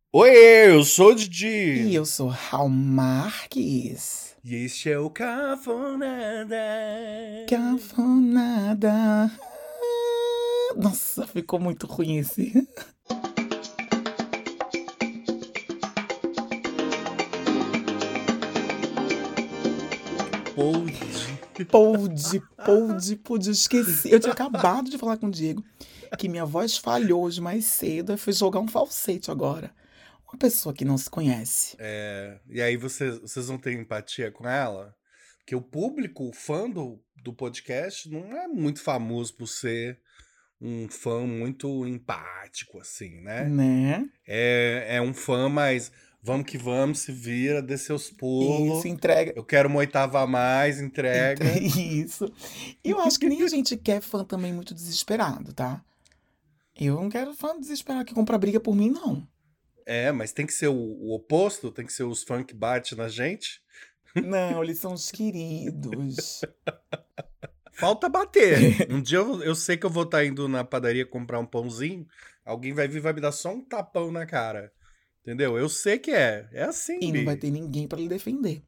Oi, eu sou o E Didi. eu sou Raul Marques. E este é o Cafonada. Cafonada. Nossa, ficou muito ruim esse. Pode. Pude, esqueci. Eu tinha acabado de falar com o Diego que minha voz falhou hoje mais cedo. Eu fui jogar um falsete agora. Uma pessoa que não se conhece. E aí vocês não têm empatia com ela? Porque o público, o fã do podcast, não é muito famoso por ser um fã muito empático, assim, né? Né? É um fã mais vamos que vamos, se vira, dê seus Isso, pulos. entrega. Eu quero uma oitava a mais, entrega. Isso. E eu acho que nem a gente quer fã também muito desesperado, tá? Eu não quero fã desesperado que compra briga por mim, não. Mas tem que ser o oposto, tem que ser os fã que bate na gente. Não, eles são os queridos. Falta bater. Um dia eu sei que eu vou estar indo na padaria comprar um pãozinho, alguém vai vir e vai me dar só um tapão na cara. Entendeu? Eu sei que é. É assim, E não vai Bi. ter ninguém pra lhe defender.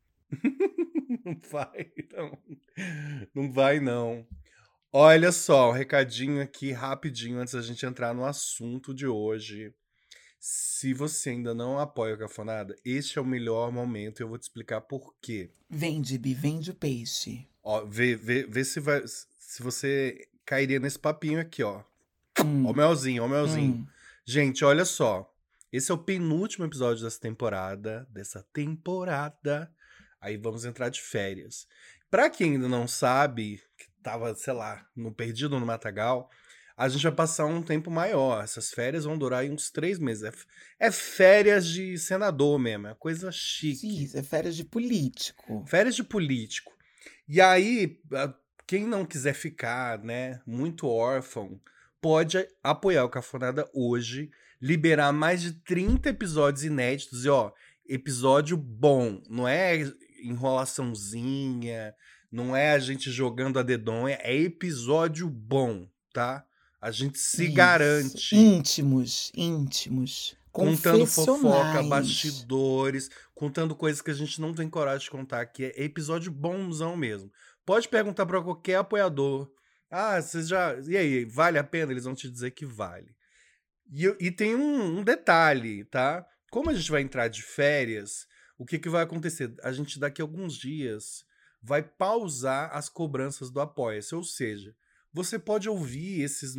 Não vai, não. Não vai, não. Olha só, um recadinho aqui rapidinho antes da gente entrar no assunto de hoje. Se você ainda não apoia o Cafonada, este é o melhor momento e eu vou te explicar por quê. Vende, Bi, vende o peixe. Ó, vê se você cairia nesse papinho aqui, ó. Ó o Hum, melzinho, ó o melzinho. hum. Gente, olha só. Esse é o penúltimo episódio dessa temporada. Aí vamos entrar de férias. Pra quem ainda não sabe, que tava, sei lá, no Perdido no Matagal, a gente vai passar um tempo maior. Essas férias vão durar aí uns 3 meses. É férias de senador mesmo, é coisa chique. Isso, é férias de político. Férias de político. E aí, quem não quiser ficar, né, muito órfão, pode apoiar o Cafonada hoje, liberar mais de 30 episódios inéditos e, ó, episódio bom, não é enrolaçãozinha, não é a gente jogando a dedonha, é episódio bom, tá? A gente se Isso. garante Íntimos, íntimos. contando fofoca, Confessionais. bastidores, contando coisas que a gente não tem coragem de contar aqui. É episódio bonzão mesmo. Pode perguntar pra qualquer apoiador. Ah, vocês já. E aí, vale a pena? Eles vão te dizer que vale. E tem um detalhe, tá? Como a gente vai entrar de férias, o que vai acontecer? A gente daqui a alguns dias vai pausar as cobranças do Apoia-se. Ou seja, você pode ouvir esses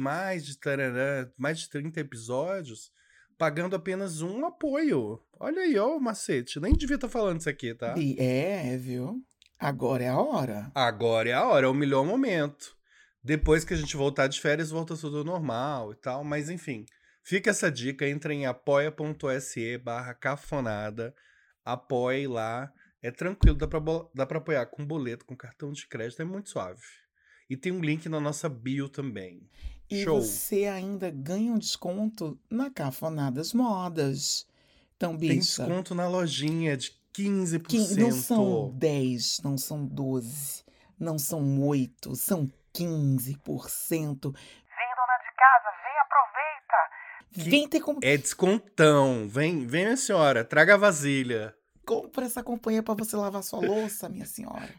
mais de 30 episódios pagando apenas um apoio. Olha aí, ó o macete. Nem devia estar falando isso aqui, tá? Bi, viu? Agora é a hora. Agora é a hora, é o melhor momento. Depois que a gente voltar de férias, volta tudo normal e tal, mas enfim. Fica essa dica, entra em apoia.se/cafonada, apoie lá, é tranquilo, dá pra apoiar com boleto, com cartão de crédito, é muito suave. E tem um link na nossa bio também. E Show! você ainda ganha um desconto na Cafonadas Modas. Então, Tem bicha, desconto na lojinha de não são 15%. 10, não são 12, não são 8, são 15%. Vem, dona de casa, vem, aproveita. Que Vem ter com... é descontão. Vem, minha senhora, traga a vasilha. Compra essa companhia para você lavar sua louça, minha senhora.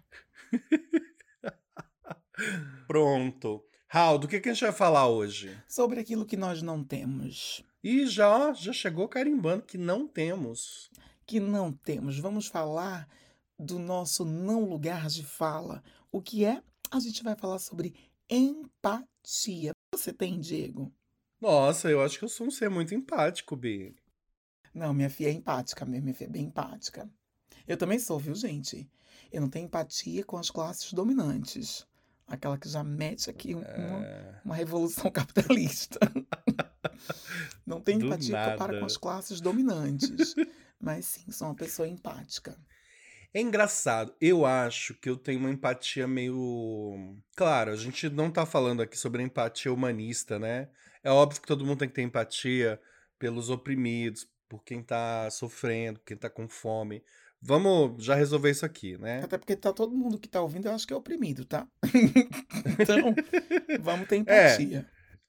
Pronto. Raul, do que a gente vai falar hoje? Sobre aquilo que nós não temos. E já chegou carimbando que não temos. Que não temos. Vamos falar do nosso não lugar de fala. O que é? A gente vai falar sobre empatia. Você tem, Diego? Nossa, eu acho que eu sou um ser muito empático, Bi. Não, minha filha é empática mesmo, minha filha é bem empática. Eu também sou, viu, gente? Eu não tenho empatia com as classes dominantes. Aquela que já mete aqui uma revolução capitalista. Não tenho Do empatia para com as nada. classes dominantes. Mas sim, sou uma pessoa empática. É engraçado. Eu acho que eu tenho uma empatia meio. Claro, a gente não tá falando aqui sobre empatia humanista, né? É óbvio que todo mundo tem que ter empatia pelos oprimidos, por quem tá sofrendo, por quem tá com fome. Vamos já resolver isso aqui, né? Até porque tá todo mundo que tá ouvindo, eu acho que é oprimido, tá? Então, vamos ter É, empatia.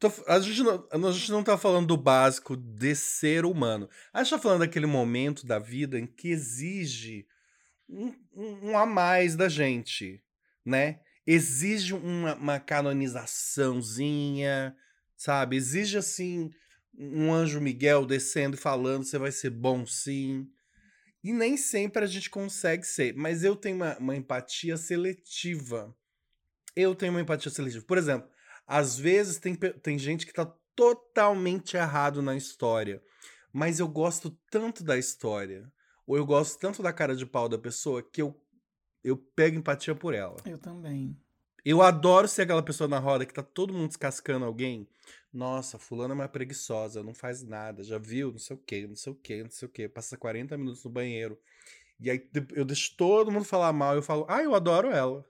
A gente não tá falando do básico de ser humano. A gente tá falando daquele momento da vida em que exige um a mais da gente, né? Exige uma canonizaçãozinha, sabe? Exige, assim, um anjo Miguel descendo e falando, você vai ser bom sim. E nem sempre a gente consegue ser, mas eu tenho uma empatia seletiva. Eu tenho uma empatia seletiva. Por exemplo, às vezes tem gente que tá totalmente errado na história, mas eu gosto tanto da história, ou eu gosto tanto da cara de pau da pessoa, que eu pego empatia por ela. Eu também. Eu adoro ser aquela pessoa na roda que tá todo mundo descascando alguém. Nossa, fulana é uma preguiçosa, não faz nada, já viu? Não sei o quê, não sei o quê, não sei o quê. Passa 40 minutos no banheiro. E aí eu deixo todo mundo falar mal, eu falo, eu adoro ela.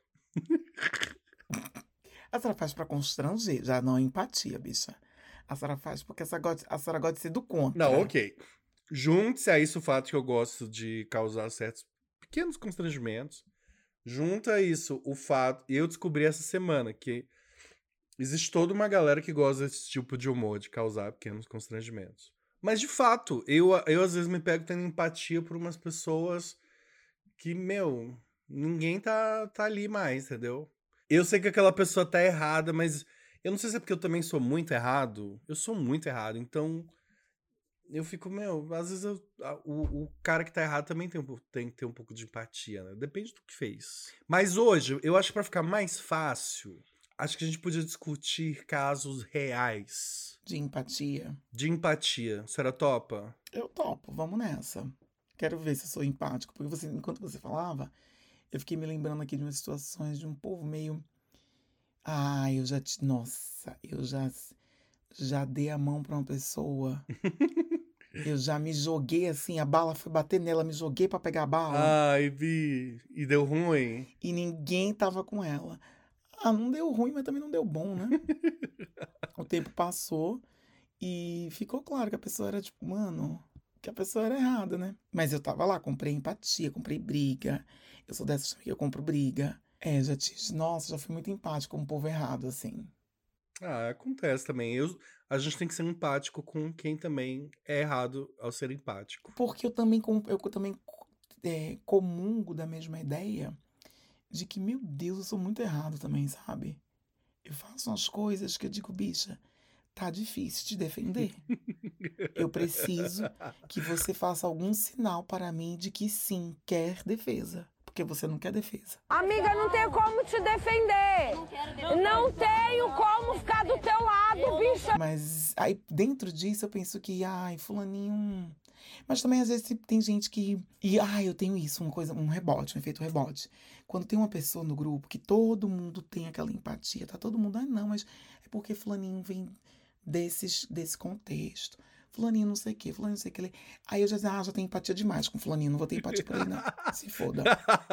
A senhora faz pra constranger, já não é empatia, bicha. A senhora faz porque a senhora gosta de ser do contra. Não, ok. Junte-se a isso o fato que eu gosto de causar certos pequenos constrangimentos. Junta a isso o fato... E eu descobri essa semana que existe toda uma galera que gosta desse tipo de humor, de causar pequenos constrangimentos. Mas, de fato, eu às vezes me pego tendo empatia por umas pessoas que, ninguém tá ali mais, entendeu? Eu sei que aquela pessoa tá errada, mas eu não sei se é porque eu também sou muito errado. Eu sou muito errado, então eu fico, às vezes o cara que tá errado também tem que ter um pouco de empatia, né? Depende do que fez. Mas hoje, eu acho que pra ficar mais fácil, acho que a gente podia discutir casos reais. De empatia. De empatia. A senhora topa? Eu topo, vamos nessa. Quero ver se eu sou empático, porque enquanto você falava, eu fiquei me lembrando aqui de umas situações de um povo meio... Nossa, eu já dei a mão pra uma pessoa. Eu já me joguei assim, a bala foi bater nela, me joguei pra pegar a bala. Ai, Vi. E deu ruim? E ninguém tava com ela. Não deu ruim, mas também não deu bom, né? O tempo passou e ficou claro que a pessoa era tipo, mano, que a pessoa era errada, né? Mas eu tava lá, comprei empatia, comprei briga. Eu sou dessas que eu compro briga. Nossa, já fui muito empático com o povo errado, assim. Acontece também. A gente tem que ser empático com quem também é errado ao ser empático. Porque eu também comungo da mesma ideia de que, meu Deus, eu sou muito errado também, sabe? Eu faço umas coisas que eu digo, bicha, tá difícil te defender. Eu preciso que você faça algum sinal para mim de que sim, quer defesa. Porque você não quer defesa. Amiga, não tenho como te defender. Não tenho como ficar do teu lado, bicha. Mas aí, dentro disso, eu penso que, fulaninho... Mas também, às vezes, tem gente que... eu tenho isso, um rebote, um efeito rebote. Quando tem uma pessoa no grupo que todo mundo tem aquela empatia, tá todo mundo, não, mas é porque fulaninho vem desse contexto. Fulaninho não sei o que, fulaninho não sei o que. Aí eu já tenho empatia demais com fulaninho, não vou ter empatia por ele, não. Se foda.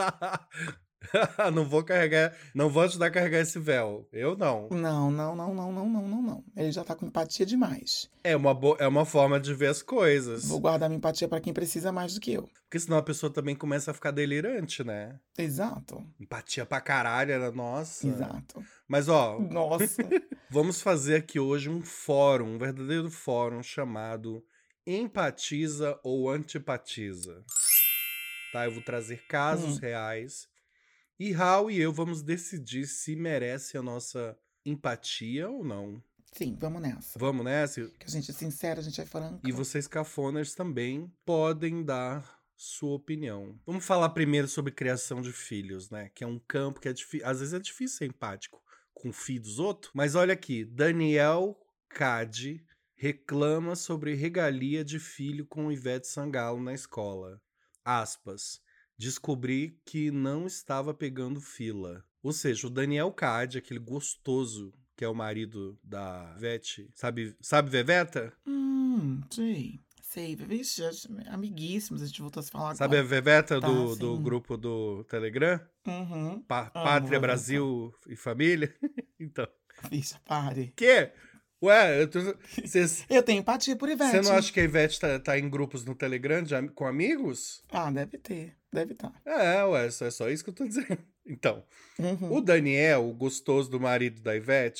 Não vou ajudar a carregar esse véu. Eu não. Não. Ele já tá com empatia demais. É uma forma de ver as coisas. Vou guardar minha empatia pra quem precisa mais do que eu. Porque senão a pessoa também começa a ficar delirante, né? Exato. Empatia pra caralho, nossa. Exato. Mas, ó... Nossa. Vamos fazer aqui hoje um verdadeiro fórum chamado Empatiza ou Antipatiza. Tá? Eu vou trazer casos reais. E Raul e eu vamos decidir se merece a nossa empatia ou não. Sim, vamos nessa. Vamos nessa? Que a gente é sincero, a gente é franco. E vocês cafoners também podem dar sua opinião. Vamos falar primeiro sobre criação de filhos, né? Que é um campo que às vezes é difícil ser empático com o filho dos outros. Mas olha aqui, Daniel Cade reclama sobre regalia de filho com Ivete Sangalo na escola. Aspas. Descobri que não estava pegando fila. Ou seja, o Daniel Cade, aquele gostoso que é o marido da Ivete, sabe Veveta? Sei, vixe, amiguíssimos, a gente voltou a se falar Sabe agora. A Veveta do grupo do Telegram? Uhum. Pátria, Brasil e Família? Então. Vixe, pare. Quê? Ué, eu tenho empatia por Ivete. Você não acha que a Ivete tá em grupos no Telegram com amigos? Deve ter. Deve estar. É só isso que eu tô dizendo. Então, o Daniel, o gostoso do marido da Ivete,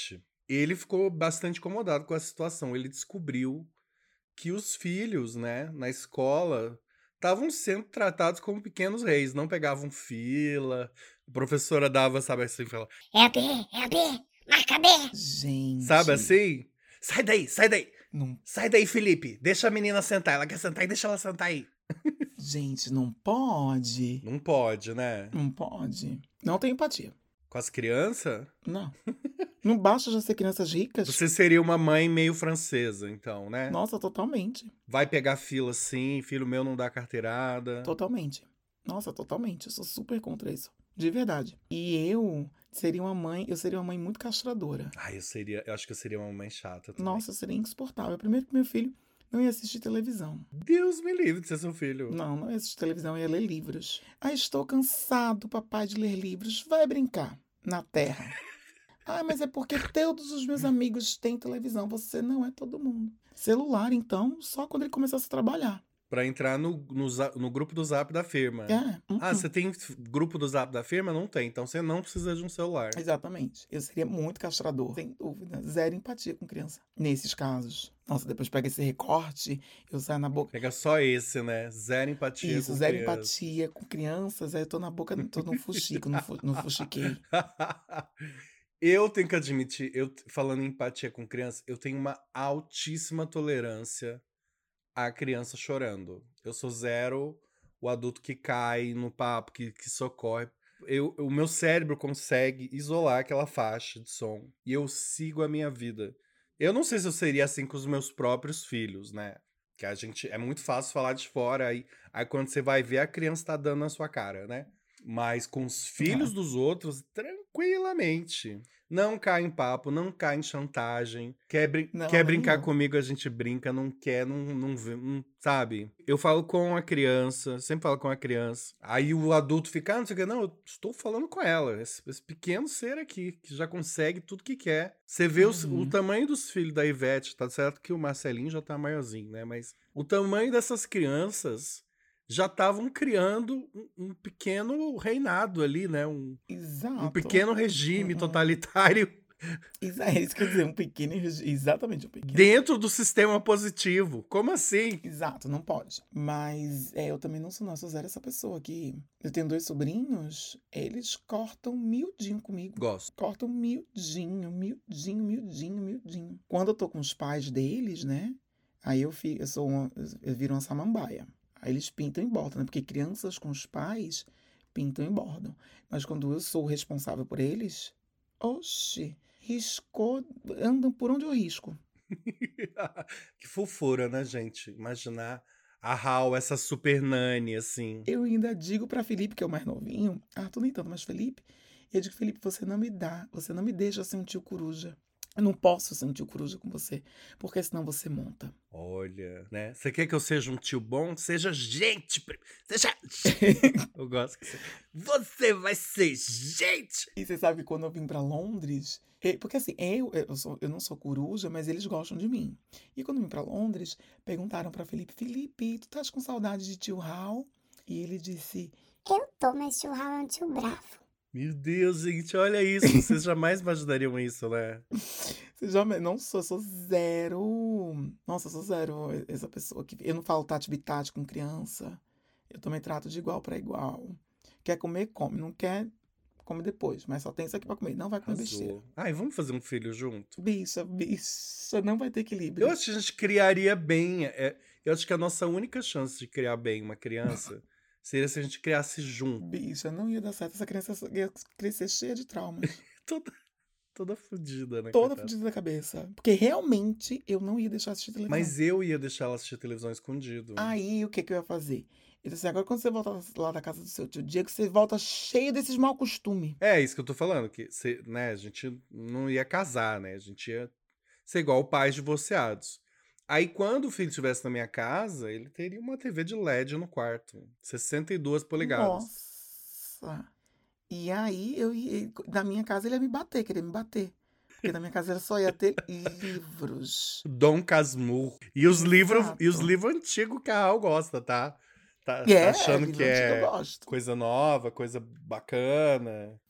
ele ficou bastante incomodado com a situação. Ele descobriu que os filhos, né, na escola, estavam sendo tratados como pequenos reis, não pegavam fila. A professora dava, sabe assim, fala, É a B, marca B. Gente. sabe assim? Sai daí, Não, sai daí, Felipe. Deixa a menina sentar, ela quer sentar e deixa ela sentar aí. gente, não pode. Não pode, né? Não pode. Não tenho empatia. Com as crianças, Não. Não basta já ser crianças ricas? você seria uma mãe meio francesa, então, né? Nossa, totalmente. Vai pegar fila sim, filho meu não dá carteirada. Totalmente. Nossa, totalmente. Eu sou super contra isso. De verdade. E eu seria uma mãe muito castradora. Ai, eu acho que eu seria uma mãe chata também. Nossa, seria insuportável. Primeiro que meu filho não ia assistir televisão. Deus me livre de ser seu filho. Não ia assistir televisão, ia ler livros. Ah, estou cansado, papai, de ler livros. Vai brincar na terra. Ah, mas é porque todos os meus amigos têm televisão. Você não é todo mundo. Celular, então, só quando ele começasse a trabalhar. Pra entrar no grupo do Zap da firma. Ah, você tem grupo do Zap da firma? Não tem, então você não precisa de um celular. Exatamente. Eu seria muito castrador. Sem dúvida. Zero empatia com criança. Nesses casos. Nossa, depois pega esse recorte, eu saio na boca. Pega só esse, né? Zero empatia Isso, com zero criança. empatia com crianças. Aí eu tô na boca, tô no fuxico, no fuxiquei. Eu tenho que admitir, falando em empatia com criança, eu tenho uma altíssima tolerância à criança chorando. Eu sou zero o adulto que cai no papo, que socorre. O meu cérebro consegue isolar aquela faixa de som e eu sigo a minha vida. Eu não sei se eu seria assim com os meus próprios filhos, né? Que é muito fácil falar de fora, aí quando você vai ver, a criança tá dando na sua cara, né? Mas com os filhos dos outros, tranquilamente. Não cai em papo, não cai em chantagem. Quer brincar não. comigo, a gente brinca. Não quer, não sabe? Eu falo com a criança, sempre falo com a criança. Aí o adulto fica, não sei o que. Não, eu estou falando com ela. Esse pequeno ser aqui, que já consegue tudo que quer. Você vê o tamanho dos filhos da Ivete, tá certo que o Marcelinho já tá maiorzinho, né? Mas o tamanho dessas crianças já estavam criando um pequeno reinado ali, né? Exato. Um pequeno regime totalitário. É isso que eu ia dizer, um pequeno. Exatamente, um pequeno. Dentro do sistema positivo. Como assim? Exato, não pode. Mas eu também não sou zero essa pessoa que... Eu tenho 2 sobrinhos, eles cortam miudinho comigo. Gosto. Cortam miudinho. Quando eu tô com os pais deles, né? Aí eu viro uma samambaia. Aí eles pintam e bordam, né? Porque crianças com os pais pintam e bordam. Mas quando eu sou o responsável por eles, riscou, andam por onde eu risco. Que fofura, né, gente? Imaginar a Hal, essa super nani, assim. Eu ainda digo pra Felipe, que é o mais novinho, Arthur nem tanto, mas Felipe, eu digo, Felipe, você não me deixa ser um tio coruja. Eu não posso ser um tio coruja com você, porque senão você monta. Olha, né? Você quer que eu seja um tio bom? Seja gente. Seja... Eu gosto que você vai ser gente. E você sabe que quando eu vim pra Londres... Porque assim, eu não sou coruja, mas eles gostam de mim. E quando eu vim pra Londres, perguntaram pra Felipe, tu estás com saudade de tio Hal? E ele disse... Eu tô, mas tio Hal é um tio bravo. Meu Deus, gente, olha isso. Vocês jamais imaginariam isso, né? Sou zero. Nossa, eu sou zero essa pessoa que... Eu não falo tati-bitati com criança. Eu também trato de igual pra igual. Quer comer, come. Não quer, come depois. Mas só tem isso aqui pra comer. Não vai comer besteira. Ai, vamos fazer um filho junto? Bicha, não vai ter equilíbrio. Eu acho que a gente criaria bem. Eu acho que a nossa única chance de criar bem uma criança... seria se a gente criasse junto. Bicha, não ia dar certo. Essa criança ia crescer cheia de traumas. Toda fodida, né? Toda fodida da cabeça. Porque realmente eu não ia deixar assistir televisão. Mas eu ia deixar ela assistir televisão escondido. Aí, o que eu ia fazer? Eu disse assim, agora quando você voltar lá da casa do seu tio Diego, você volta cheio desses mau costumes. É isso que eu tô falando. Que né, a gente não ia casar, né? A gente ia ser igual pais divorciados. Aí, quando o filho estivesse na minha casa, ele teria uma TV de LED no quarto. 62 polegadas. Nossa! E aí, na minha casa, ele ia queria me bater. Porque na minha casa ele só ia ter livros. Dom Casmurro. E os livros antigos que a Hal gosta, tá? Tá achando que é coisa nova, coisa bacana.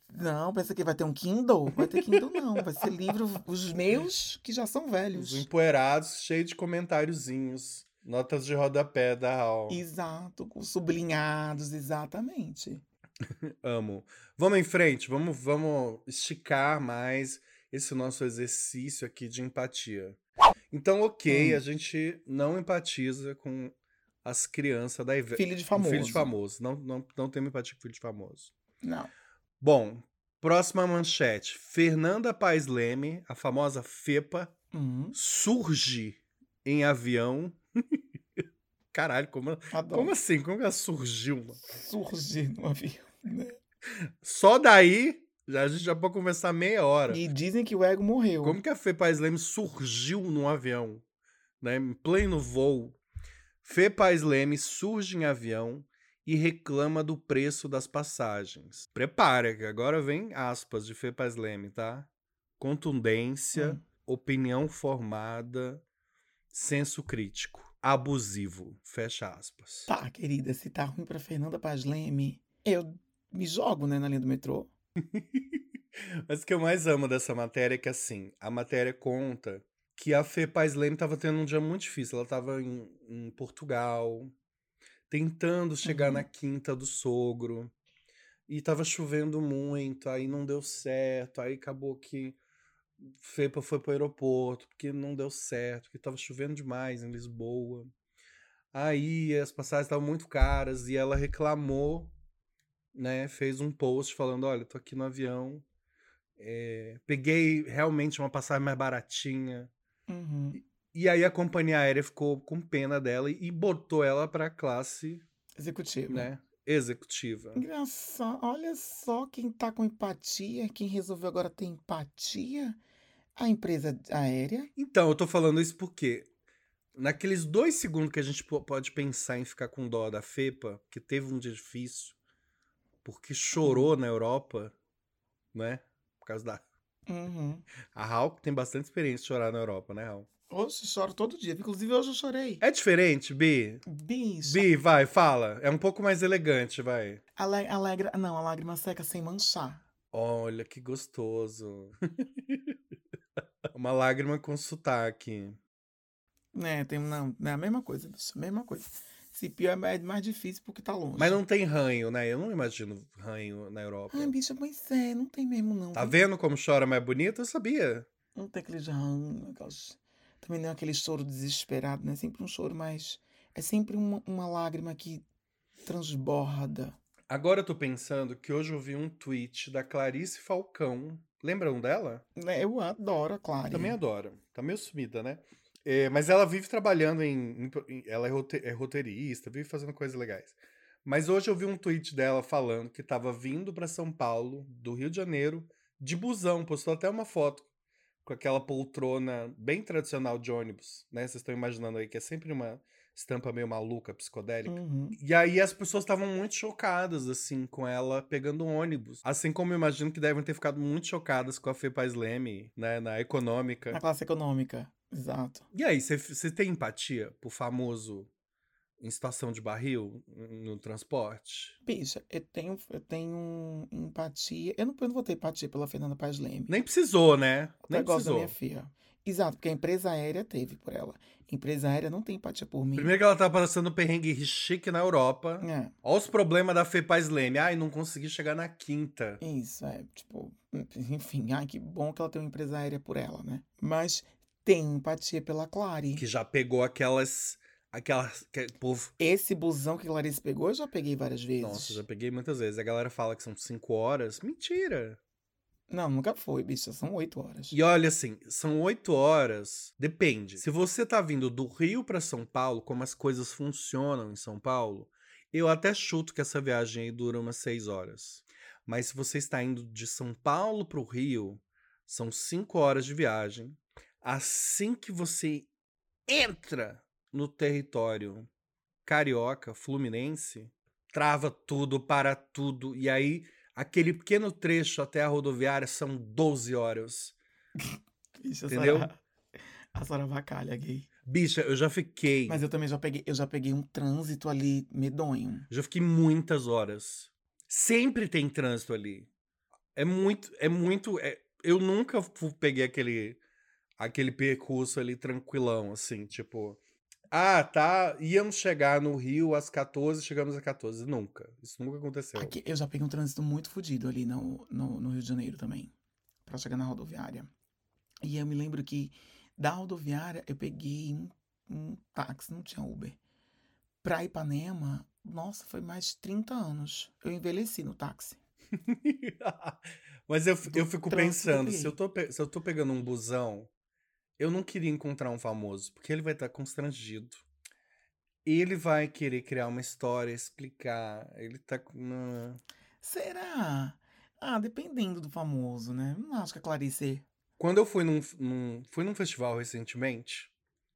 Não, pensa que vai ter um Kindle? Vai ter Kindle não, vai ser livro, os meus que já são Os velhos. empoeirados, cheio de comentáriozinhos. Notas de rodapé da Hal. Exato, com sublinhados, exatamente. Amo. Vamos em frente, vamos esticar mais esse nosso exercício aqui de empatia. Então, ok, a gente não empatiza com as crianças da Ivete. Filho de Com famoso. filho de famoso. Não temos empatia com filho de famoso. Não. Bom, próxima manchete. Fernanda Paes Leme, a famosa Fepa, surge em avião. Caralho, como Adoro. assim? Como que ela surgiu, mano? Surgir no avião, né? Só daí, a gente já pode conversar meia hora. E dizem que o ego morreu. Como que a Fê Paes Leme surgiu num avião, né? Em pleno voo. Fê Paes Leme surge em avião e reclama do preço das passagens. Prepara, que agora vem aspas de Fê Paes Leme, tá? Contundência, opinião formada, senso crítico, abusivo, fecha aspas. Tá, querida, se tá ruim pra Fernanda Paes Leme, eu me jogo, né, na linha do metrô. Mas o que eu mais amo dessa matéria é que, assim, a matéria conta que a Fê Paes Leme tava tendo um dia muito difícil. Ela tava em Portugal, tentando chegar na quinta do sogro, e tava chovendo muito, aí não deu certo, aí acabou que Fepa foi pro aeroporto, porque não deu certo, porque tava chovendo demais em Lisboa. Aí as passagens estavam muito caras e ela reclamou, né? Fez um post falando, olha, tô aqui no avião, peguei realmente uma passagem mais baratinha. E aí a companhia aérea ficou com pena dela e botou ela pra classe, Executivo. né, executiva. Engraçado. Olha só quem tá com empatia, quem resolveu agora ter empatia, a empresa aérea. Então, eu tô falando isso porque naqueles 2 segundos que a gente pode pensar em ficar com dó da Fepa, que teve um dia difícil, porque chorou na Europa, né? Por causa da... A Hal tem bastante experiência de chorar na Europa, né, Hal? Hoje choro todo dia. Inclusive, hoje eu chorei. É diferente, Bi? Bicho. Bi, vai, fala. É um pouco mais elegante, vai. A lágrima seca sem manchar. Olha, que gostoso. Uma lágrima com sotaque. Né, não, é a mesma coisa, bicho. A mesma coisa. Se pior é mais difícil porque tá longe. Mas não tem ranho, né? Eu não imagino ranho na Europa. Ai, bicho, pois é, não tem mesmo não. Tá vendo como chora mais bonito? Eu sabia. Não tem aquele ranho, também não é aquele choro desesperado, né? É sempre um choro mais... É sempre uma lágrima que transborda. Agora eu tô pensando que hoje eu vi um tweet da Clarice Falcão. Lembram dela? Eu adoro a Clary. Também adoro. Tá meio sumida, né? Mas ela vive trabalhando ela é roteirista, vive fazendo coisas legais. Mas hoje eu vi um tweet dela falando que tava vindo pra São Paulo, do Rio de Janeiro, de busão. Postou até uma foto com aquela poltrona bem tradicional de ônibus, né? Vocês estão imaginando aí que é sempre uma estampa meio maluca, psicodélica. E aí as pessoas estavam muito chocadas, assim, com ela pegando um ônibus. Assim como eu imagino que devem ter ficado muito chocadas com a Fê Paes Leme, né? Na econômica. Na classe econômica, exato. E aí, você tem empatia pro famoso em situação de barril no transporte? Bicha, eu tenho empatia. Eu não vou ter empatia pela Fernanda Paes Leme. Nem precisou, né? Nem gosto da precisou. minha filha. Exato, porque a empresa aérea teve por ela. A empresa aérea não tem empatia por mim. Primeiro que ela tá passando perrengue chique na Europa. Olha os problemas da Fê Paes Leme. Ai, não consegui chegar na quinta. Isso, tipo... Enfim, ai, que bom que ela tem uma empresa aérea por ela, né? Mas tem empatia pela Clary. Que já pegou aquelas povo... Esse busão que a Clarice pegou, eu já peguei várias vezes. Nossa, já peguei muitas vezes. A galera fala que são 5 horas. Mentira! Não, nunca foi, bicho. São 8 horas. E olha assim, são 8 horas. Depende. Se você tá vindo do Rio pra São Paulo, como as coisas funcionam em São Paulo, eu até chuto que essa viagem aí dura umas 6 horas. Mas se você está indo de São Paulo pro Rio, são 5 horas de viagem. Assim que você entra no território carioca, fluminense, trava tudo, para tudo, e aí aquele pequeno trecho até a rodoviária são 12 horas. Bicha, entendeu? A senhora vacalha, gay. Bicha, eu já fiquei... Mas eu também já peguei um trânsito ali medonho. Já fiquei muitas horas. Sempre tem trânsito ali. Eu nunca peguei aquele percurso ali tranquilão, assim, tipo... íamos chegar no Rio às 14, chegamos às 14. Nunca. Isso nunca aconteceu. Aqui, eu já peguei um trânsito muito fodido ali no Rio de Janeiro também, pra chegar na rodoviária. E eu me lembro que da rodoviária eu peguei um táxi, não tinha Uber. Pra Ipanema, nossa, foi mais de 30 anos. Eu envelheci no táxi. Mas eu fico trânsito pensando, que eu se eu tô pegando um busão, eu não queria encontrar um famoso, porque ele vai estar constrangido. Ele vai querer criar uma história, explicar. Ele tá. Será? Ah, dependendo do famoso, né? Não acho que a Clarice... Quando eu fui num festival recentemente,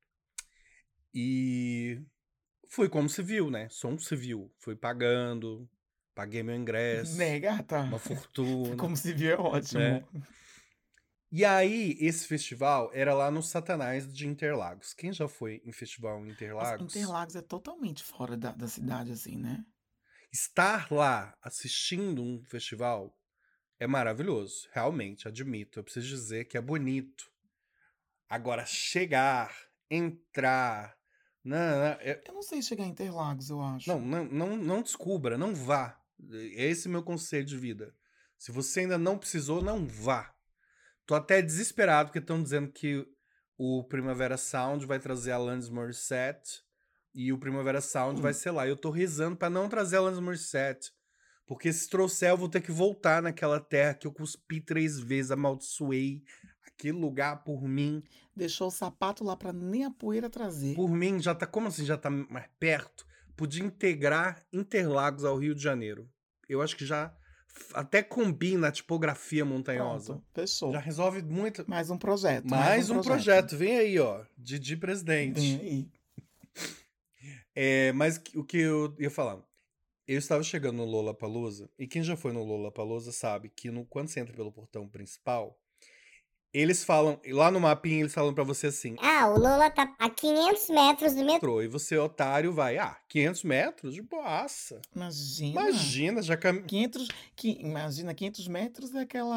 e fui como civil, né? Sou um civil. Fui pagando, paguei meu ingresso, Né, gata? uma fortuna. Como se viu, é ótimo. Né? E aí, esse festival era lá no Satanás de Interlagos. Quem já foi em festival em Interlagos? Interlagos é totalmente fora da cidade, assim, né? Estar lá assistindo um festival é maravilhoso. Realmente, admito. Eu preciso dizer que é bonito. Agora, chegar, entrar... Eu não sei chegar em Interlagos, eu acho. Não descubra, não vá. Esse é o meu conselho de vida. Se você ainda não precisou, não vá. Tô até desesperado porque estão dizendo que o Primavera Sound vai trazer a Alanis Morissette e o Primavera Sound vai ser lá. Eu tô rezando pra não trazer a Alanis Morissette, porque se trouxer eu vou ter que voltar naquela terra que eu cuspi 3 vezes, amaldiçoei aquele lugar por mim. Deixou o sapato lá pra nem a poeira trazer. Por mim, já tá, como assim, já tá mais perto? Podia integrar Interlagos ao Rio de Janeiro. Eu acho que já até combina a tipografia montanhosa. Pronto, fechou. Já resolve muito. Mais um projeto. Mais um projeto. Vem aí, ó. Didi presidente. Vem aí. Mas o que eu ia falar? Eu estava chegando no Lollapalooza, e quem já foi no Lollapalooza sabe que quando você entra pelo portão principal, eles falam, lá no mapinha eles falam pra você assim... o Lola tá a 500 metros do metrô. E você, otário, vai... 500 metros? De boaça. Imagina, já... Imagina, 500 metros é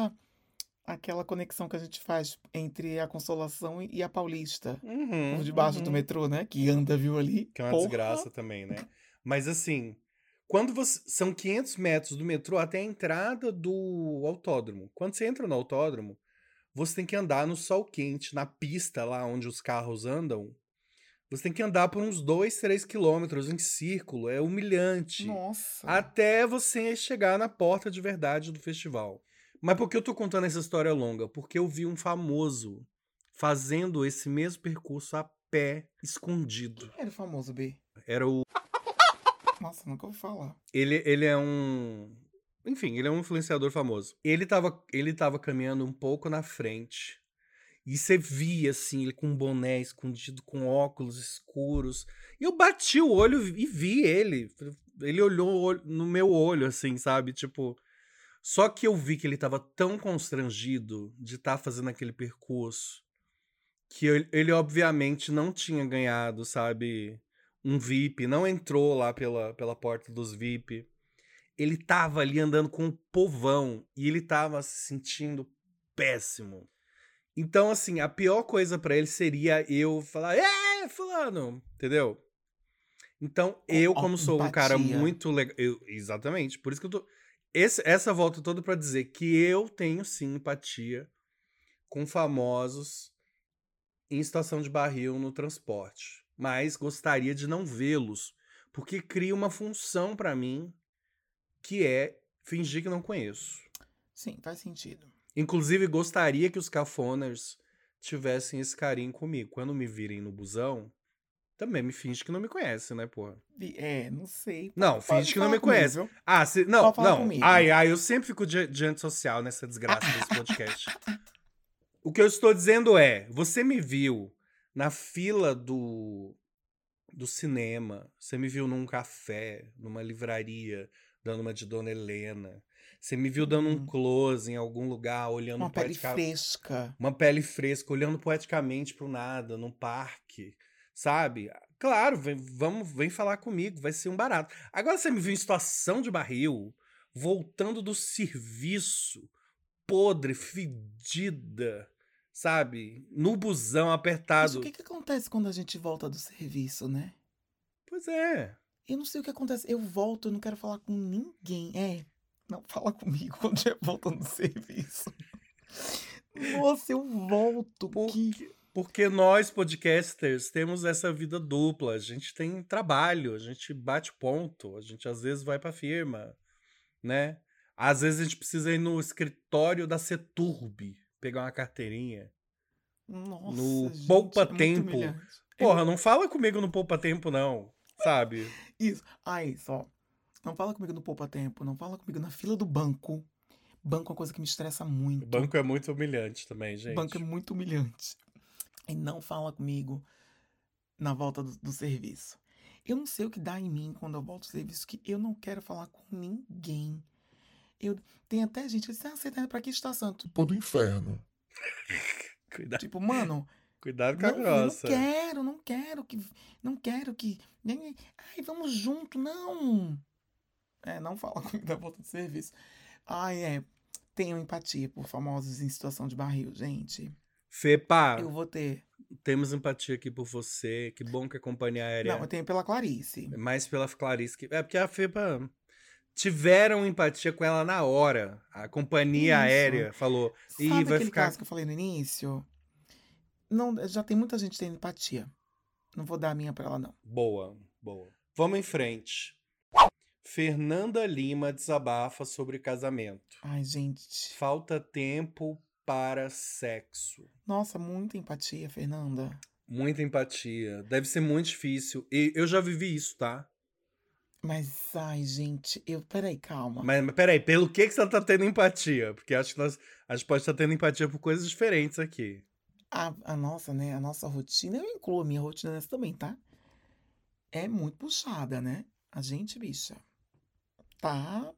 aquela conexão que a gente faz entre a Consolação e a Paulista. Por debaixo do metrô, né? Que anda, viu, ali. Que é uma desgraça também, né? Mas assim... Quando são 500 metros do metrô até a entrada do autódromo. Quando você entra no autódromo, você tem que andar no sol quente, na pista lá onde os carros andam. Você tem que andar por uns 2, 3 quilômetros em círculo. É humilhante. Nossa. Até você chegar na porta de verdade do festival. Mas por que eu tô contando essa história longa? Porque eu vi um famoso fazendo esse mesmo percurso a pé, escondido. Quem era o famoso, B? Era o... Nossa, nunca ouvi falar. Ele é um... Enfim, ele é um influenciador famoso. Ele tava caminhando um pouco na frente. E você via, assim, ele com um boné escondido, com óculos escuros. E eu bati o olho e vi ele. Ele olhou no meu olho, assim, sabe? Tipo... Só que eu vi que ele tava tão constrangido de estar fazendo aquele percurso que ele obviamente não tinha ganhado, sabe... Um VIP, não entrou lá pela porta dos VIP. Ele tava ali andando com um povão e ele tava se sentindo péssimo. Então, assim, a pior coisa pra ele seria eu falar, fulano, entendeu? Então, eu, como sou um cara muito legal... Exatamente, por isso que eu tô... Essa volta toda pra dizer que eu tenho, sim, empatia com famosos em situação de barril no transporte. Mas gostaria de não vê-los, porque cria uma função pra mim que é fingir que não conheço. Sim, faz sentido. Inclusive, gostaria que os cafoners tivessem esse carinho comigo. Quando me virem no busão, também me finge que não me conhece, né, porra? Não sei. Não, finge que não me conhece. Não. Eu sempre fico de antissocial nessa desgraça desse podcast. O que eu estou dizendo é, você me viu na fila do cinema, você me viu num café, numa livraria, dando uma de Dona Helena. Você me viu dando um close em algum lugar, olhando uma pele fresca. Uma pele fresca, olhando poeticamente pro nada, num parque, sabe? Claro, vem falar comigo, vai ser um barato. Agora você me viu em situação de barril, voltando do serviço, podre, fedida, sabe? No busão, Mas apertado. o que acontece quando a gente volta do serviço, né? Pois é. Eu não sei o que acontece. Eu volto, eu não quero falar com ninguém. Não fala comigo quando eu volto do serviço. Nossa, eu volto. Porque nós, podcasters, temos essa vida dupla. A gente tem trabalho, a gente bate ponto, a gente às vezes vai pra firma, né? Às vezes a gente precisa ir no escritório da Ceturb, pegar uma carteirinha. Nossa, No gente, Poupa é muito Tempo. humilhante. Porra, não fala comigo no Poupa Tempo, não. Sabe? Isso. Aí, só. Não fala comigo no Poupa Tempo, não fala comigo na fila do banco. Banco é uma coisa que me estressa muito. O banco é muito humilhante também, gente. Banco é muito humilhante. E não fala comigo na volta do serviço. Eu não sei o que dá em mim quando eu volto do serviço, que eu não quero falar com ninguém. Tem até gente que diz, você tá indo pra que estação? Tipo do inferno. Cuidado, Tipo, mano, cuidado com a não grossa. não quero que... Ai, vamos junto, não. Não fala comigo na volta do serviço. Tenham empatia por famosos em situação de barril, gente. Fepa, Eu vou ter. temos empatia aqui por você. Que bom que a companhia aérea... Não, eu tenho pela Clarice. Mais pela Clarice. É porque a Fepa... Tiveram empatia com ela na hora. A companhia Isso. aérea falou... Sabe vai aquele ficar... caso que eu falei no início? Não, já tem muita gente tendo empatia. Não vou dar a minha pra ela, não. Boa, boa. Vamos em frente. Fernanda Lima desabafa sobre casamento. Ai, gente. Falta tempo para sexo. Nossa, muita empatia, Fernanda. Muita empatia. Deve ser muito difícil. E eu já vivi isso, tá? Mas, ai, gente, peraí, calma. Mas peraí, pelo que você tá tendo empatia? Porque acho que a gente pode estar tendo empatia por coisas diferentes aqui. A nossa, né? A nossa rotina, eu incluo a minha rotina nessa também, tá? É muito puxada, né? A gente, bicha, tá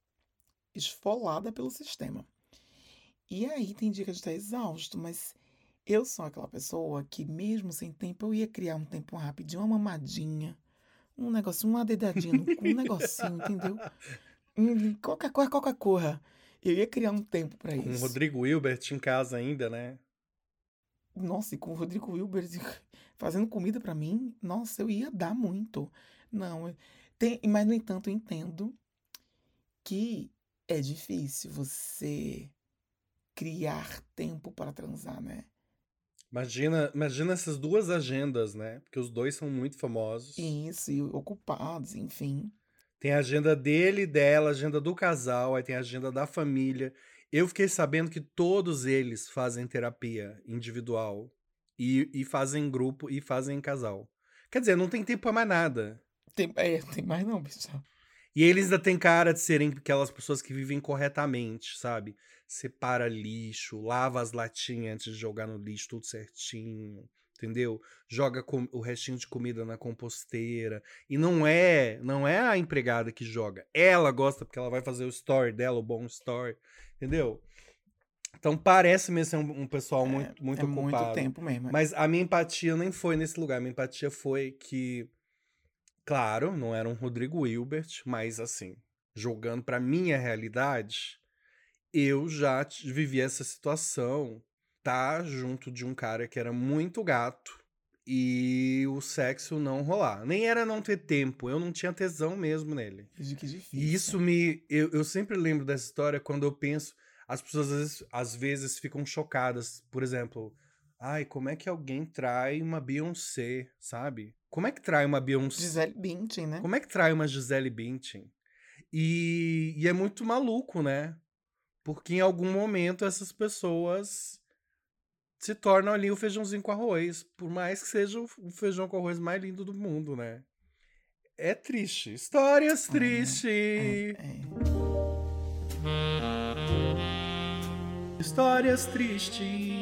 esfolada pelo sistema. E aí tem dia que a gente tá exausto, mas eu sou aquela pessoa que, mesmo sem tempo, eu ia criar um tempo rapidinho, uma mamadinha, um negocinho, uma dedadinha no cu, um negocinho, entendeu? Qualquer coisa. Eu ia criar um tempo pra Com o isso. Rodrigo Hilbert em casa ainda, né? Nossa, e com o Rodrigo Hilbert fazendo comida pra mim, nossa, eu ia dar muito. Não, mas no entanto eu entendo que é difícil você criar tempo para transar, né? Imagina essas duas agendas, né? Porque os dois são muito famosos. Isso, e ocupados, enfim. Tem a agenda dele e dela, a agenda do casal, aí tem a agenda da família. Eu fiquei sabendo que todos eles fazem terapia individual e fazem em grupo e fazem em casal. Quer dizer, não tem tempo pra mais nada. Tem mais não, bicho. E eles ainda têm cara de serem aquelas pessoas que vivem corretamente, sabe? Separa lixo, lava as latinhas antes de jogar no lixo, tudo certinho, entendeu? Joga o restinho de comida na composteira. E não é a empregada que joga. Ela gosta porque ela vai fazer o story dela, o bom story, entendeu? Então parece-me ser um pessoal muito ocupado. Muito tempo mesmo. Mas a minha empatia nem foi nesse lugar. A minha empatia foi que... Claro, não era um Rodrigo Hilbert, mas assim, jogando pra minha realidade, eu já vivi essa situação, tá junto de um cara que era muito gato e o sexo não rolar. Nem era não ter tempo, eu não tinha tesão mesmo nele. Que difícil. E isso eu sempre lembro dessa história quando eu penso, as pessoas às vezes ficam chocadas, por exemplo... Ai, como é que alguém trai uma Beyoncé, sabe? Como é que trai uma Beyoncé? Gisele Bündchen, né? Como é que trai uma Gisele Bündchen? E é muito maluco, né? Porque em algum momento essas pessoas se tornam ali o feijãozinho com arroz. Por mais que seja o feijão com arroz mais lindo do mundo, né? É triste. Histórias tristes. Histórias tristes.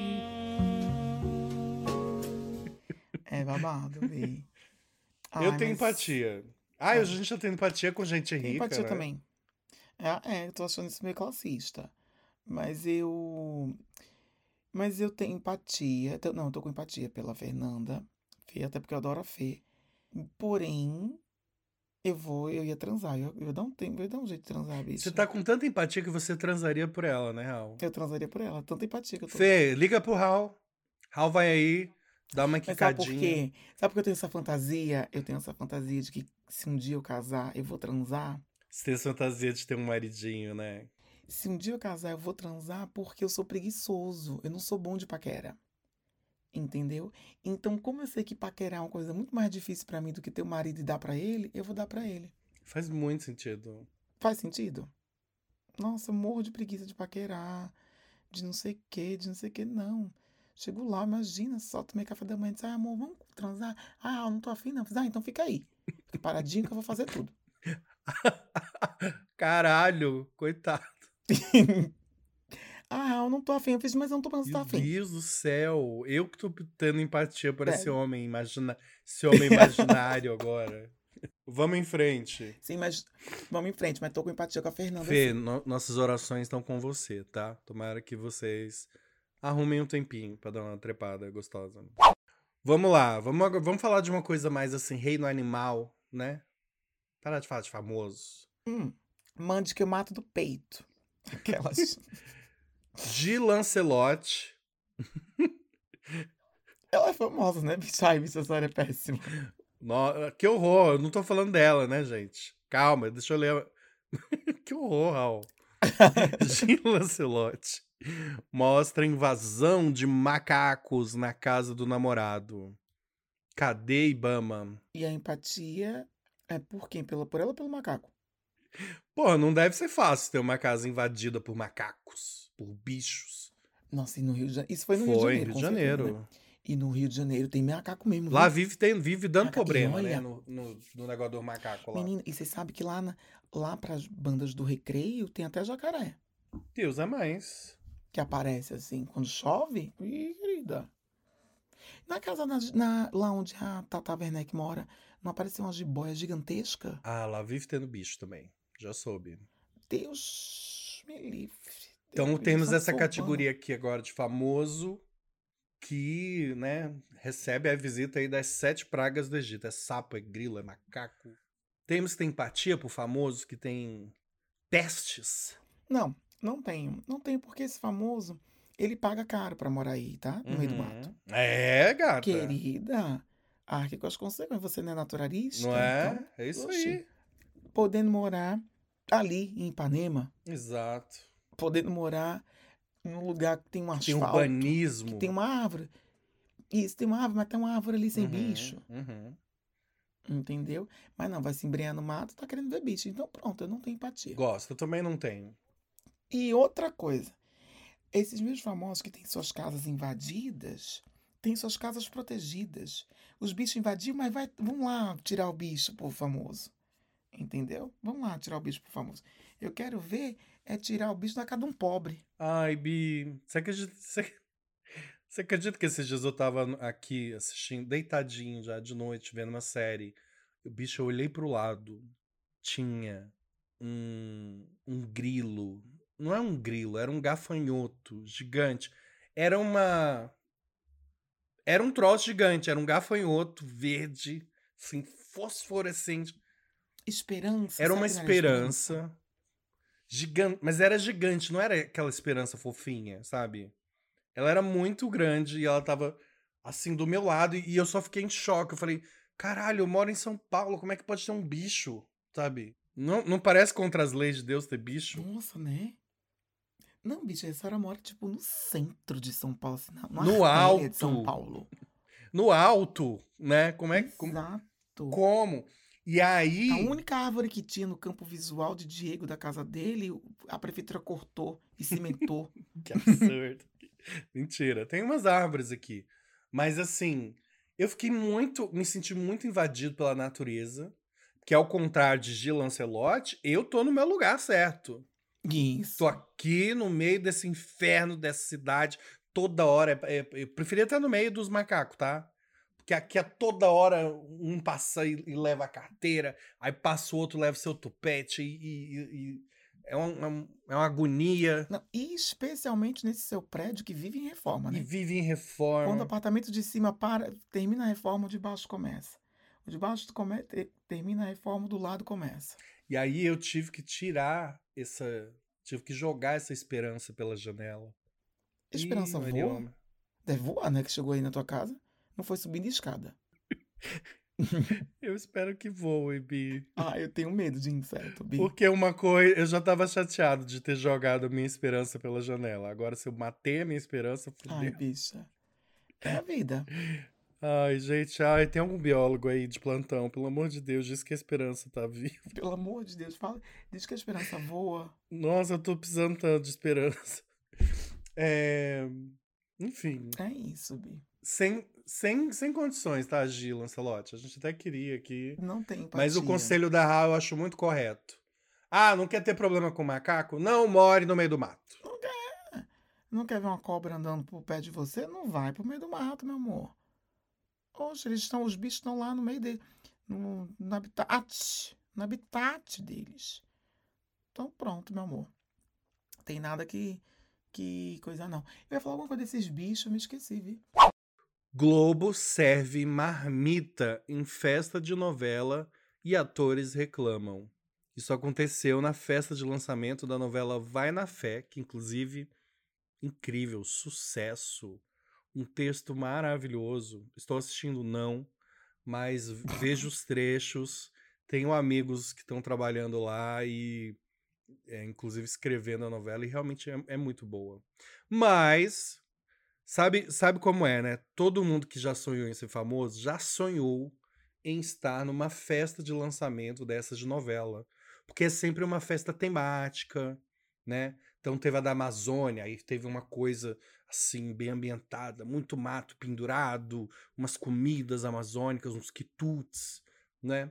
É babado, véi. Eu tenho empatia. A gente já tem empatia com gente rica, empatia né? também. Eu tô achando isso meio classista. Mas eu tenho empatia. Não, eu tô com empatia pela Fernanda. Fê, até porque eu adoro a Fê. Porém, Eu ia transar. Eu ia dar um tempo, eu ia dar um jeito de transar, bicho. Você tá com tanta empatia que você transaria por ela, né, Raul? Eu transaria por ela. Tanta empatia que eu tô. Fê, liga pro Raul. Raul vai aí, dá uma Mas sabe por quicadinha. quê? Sabe por que eu tenho essa fantasia? Eu tenho essa fantasia de que se um dia eu casar, eu vou transar. Você tem essa fantasia de ter um maridinho, né? Se um dia eu casar, eu vou transar porque eu sou preguiçoso. Eu não sou bom de paquera. Entendeu? Então, como eu sei que paquerar é uma coisa muito mais difícil pra mim do que ter um marido e dar pra ele, eu vou dar pra ele. Faz muito sentido. Faz sentido? Nossa, eu morro de preguiça de paquerar, de não sei o que, não. Chego lá, imagina, só tomei café da manhã e disse, amor, vamos transar? Eu não tô afim não. Então fica aí. Fica paradinho que eu vou fazer tudo. Caralho, coitado. Eu não tô afim. Eu fiz, mas eu não tô pensando se tá Meu afim. Deus do céu. Eu que tô tendo empatia por esse Sério. homem, esse homem imaginário agora. Vamos em frente. Sim, mas vamos em frente, mas tô com empatia com a Fernanda. Fê, Assim. nossas orações estão com você, tá? Tomara que vocês arrumem um tempinho pra dar uma trepada gostosa. Vamos lá, vamos falar de uma coisa mais assim, reino animal, né? Parar de falar de famoso. Mande que eu mato do peito. Aquelas. G. Lancelot. Ela é famosa, né? Ai, bicho, essa história é péssima. Que horror, eu não tô falando dela, né, gente? Calma, deixa eu ler. Que horror, Raul. G. Lancelot mostra invasão de macacos na casa do namorado. Cadê Ibama? E a empatia é por quem? Por ela ou pelo macaco? Pô, não deve ser fácil ter uma casa invadida por macacos, por bichos. Nossa, e no Rio de Janeiro. Isso foi no Rio de Janeiro. Rio de Janeiro. Né? E no Rio de Janeiro tem macaco mesmo. Lá viu? vive dando problema, olha, né? No negócio do macaco lá. Menina, e você sabe que lá pras bandas do Recreio tem até jacaré. Deus é mais. Que aparece assim, quando chove. Ih, querida. Na casa, lá onde a Tata Werneck mora, não apareceu uma jiboia gigantesca? Lá vive tendo bicho também. Já soube. Deus me livre. Então temos essa categoria aqui agora de famoso que, né, recebe a visita aí das 7 pragas do Egito. É sapo, é grilo, é macaco. Temos que ter empatia por famosos que tem pestes? Não tenho. Não tenho porque esse famoso, ele paga caro pra morar aí, tá? No meio do mato. É, gata. Querida, arque com as consequências. Você não é naturalista? Não é? Então, É isso aí. Podendo morar ali em Ipanema. Exato. Podendo morar num lugar que tem um asfalto. Tem urbanismo. Que tem uma árvore. Isso, tem uma árvore, mas tem uma árvore ali sem bicho. Entendeu? Mas não, vai se embrenhar no mato, tá querendo ver bicho. Então pronto, eu não tenho empatia. Gosto, eu também não tenho. E outra coisa, esses meus famosos que têm suas casas invadidas, têm suas casas protegidas. Os bichos invadiram, mas vamos lá tirar o bicho pro famoso. Entendeu? Vamos lá tirar o bicho pro famoso. Eu quero ver tirar o bicho da casa de um pobre. Ai, Bi, você acredita que esses dias eu tava aqui assistindo, deitadinho já de noite, vendo uma série. O bicho, eu olhei pro lado, tinha um grilo. Não é um grilo, era um gafanhoto gigante. Era um troço gigante, era um gafanhoto verde, assim, fosforescente. Esperança. Era uma esperança gigante, mas era gigante, não era aquela esperança fofinha, sabe? Ela era muito grande e ela tava assim do meu lado e eu só fiquei em choque. Eu falei, caralho, eu moro em São Paulo, como é que pode ter um bicho, sabe? Não parece contra as leis de Deus ter bicho? Nossa, né? Não, bicho, a senhora mora, tipo, no centro de São Paulo, assim, no alto de São Paulo. No alto, né? Como é que... Exato. Como? E aí... A única árvore que tinha no campo visual de Diego, da casa dele, a prefeitura cortou e cimentou. Que absurdo. Mentira, tem umas árvores aqui. Mas assim, eu me senti muito invadido pela natureza, que ao contrário de G. Lancelot, eu tô no meu lugar certo. Isso. Tô aqui no meio desse inferno, dessa cidade, toda hora. Eu preferia estar no meio dos macacos, tá? Porque aqui a toda hora um passa e leva a carteira, aí passa o outro, leva seu tupete e é uma agonia. Não, e especialmente nesse seu prédio que vive em reforma, né? E vive em reforma. Quando o apartamento de cima termina a reforma, o de baixo começa. O de baixo termina a reforma, do lado começa. E aí eu tive que tive que jogar essa esperança pela janela. Esperança voa? Deve voar, né? Que chegou aí na tua casa. Não foi subindo escada. Eu espero que voe, Bi. Eu tenho medo de inseto, Bi. Porque uma coisa... Eu já tava chateado de ter jogado a minha esperança pela janela. Agora, se eu matei a minha esperança, fudeu. Ai, bicha. É a vida. Ai, gente. Tem algum biólogo aí de plantão. Pelo amor de Deus, diz que a esperança tá viva. Pelo amor de Deus, diz que a esperança voa. Nossa, eu tô precisando tanto de esperança. Enfim. É isso, Bi. Sem condições, tá, Gil, Lancelotti? A gente até queria aqui. Não tem empatia. Mas o conselho da Ra eu acho muito correto. Não quer ter problema com macaco? Não more no meio do mato. Não quer ver uma cobra andando por pé de você? Não vai pro meio do mato, meu amor. Oxe, os bichos estão lá no meio dele. No habitat deles. Então pronto, meu amor. Tem nada que coisa não. Eu ia falar alguma coisa desses bichos, eu me esqueci, vi. Globo serve marmita em festa de novela e atores reclamam. Isso aconteceu na festa de lançamento da novela Vai na Fé, que inclusive, incrível, sucesso. Um texto maravilhoso. Estou assistindo não, mas vejo os trechos. Tenho amigos que estão trabalhando lá e inclusive escrevendo a novela, e realmente é muito boa. Mas... Sabe como é, né? Todo mundo que já sonhou em ser famoso já sonhou em estar numa festa de lançamento dessas de novela. Porque é sempre uma festa temática, né? Então teve a da Amazônia, aí teve uma coisa assim, bem ambientada, muito mato pendurado, umas comidas amazônicas, uns quitutes, né?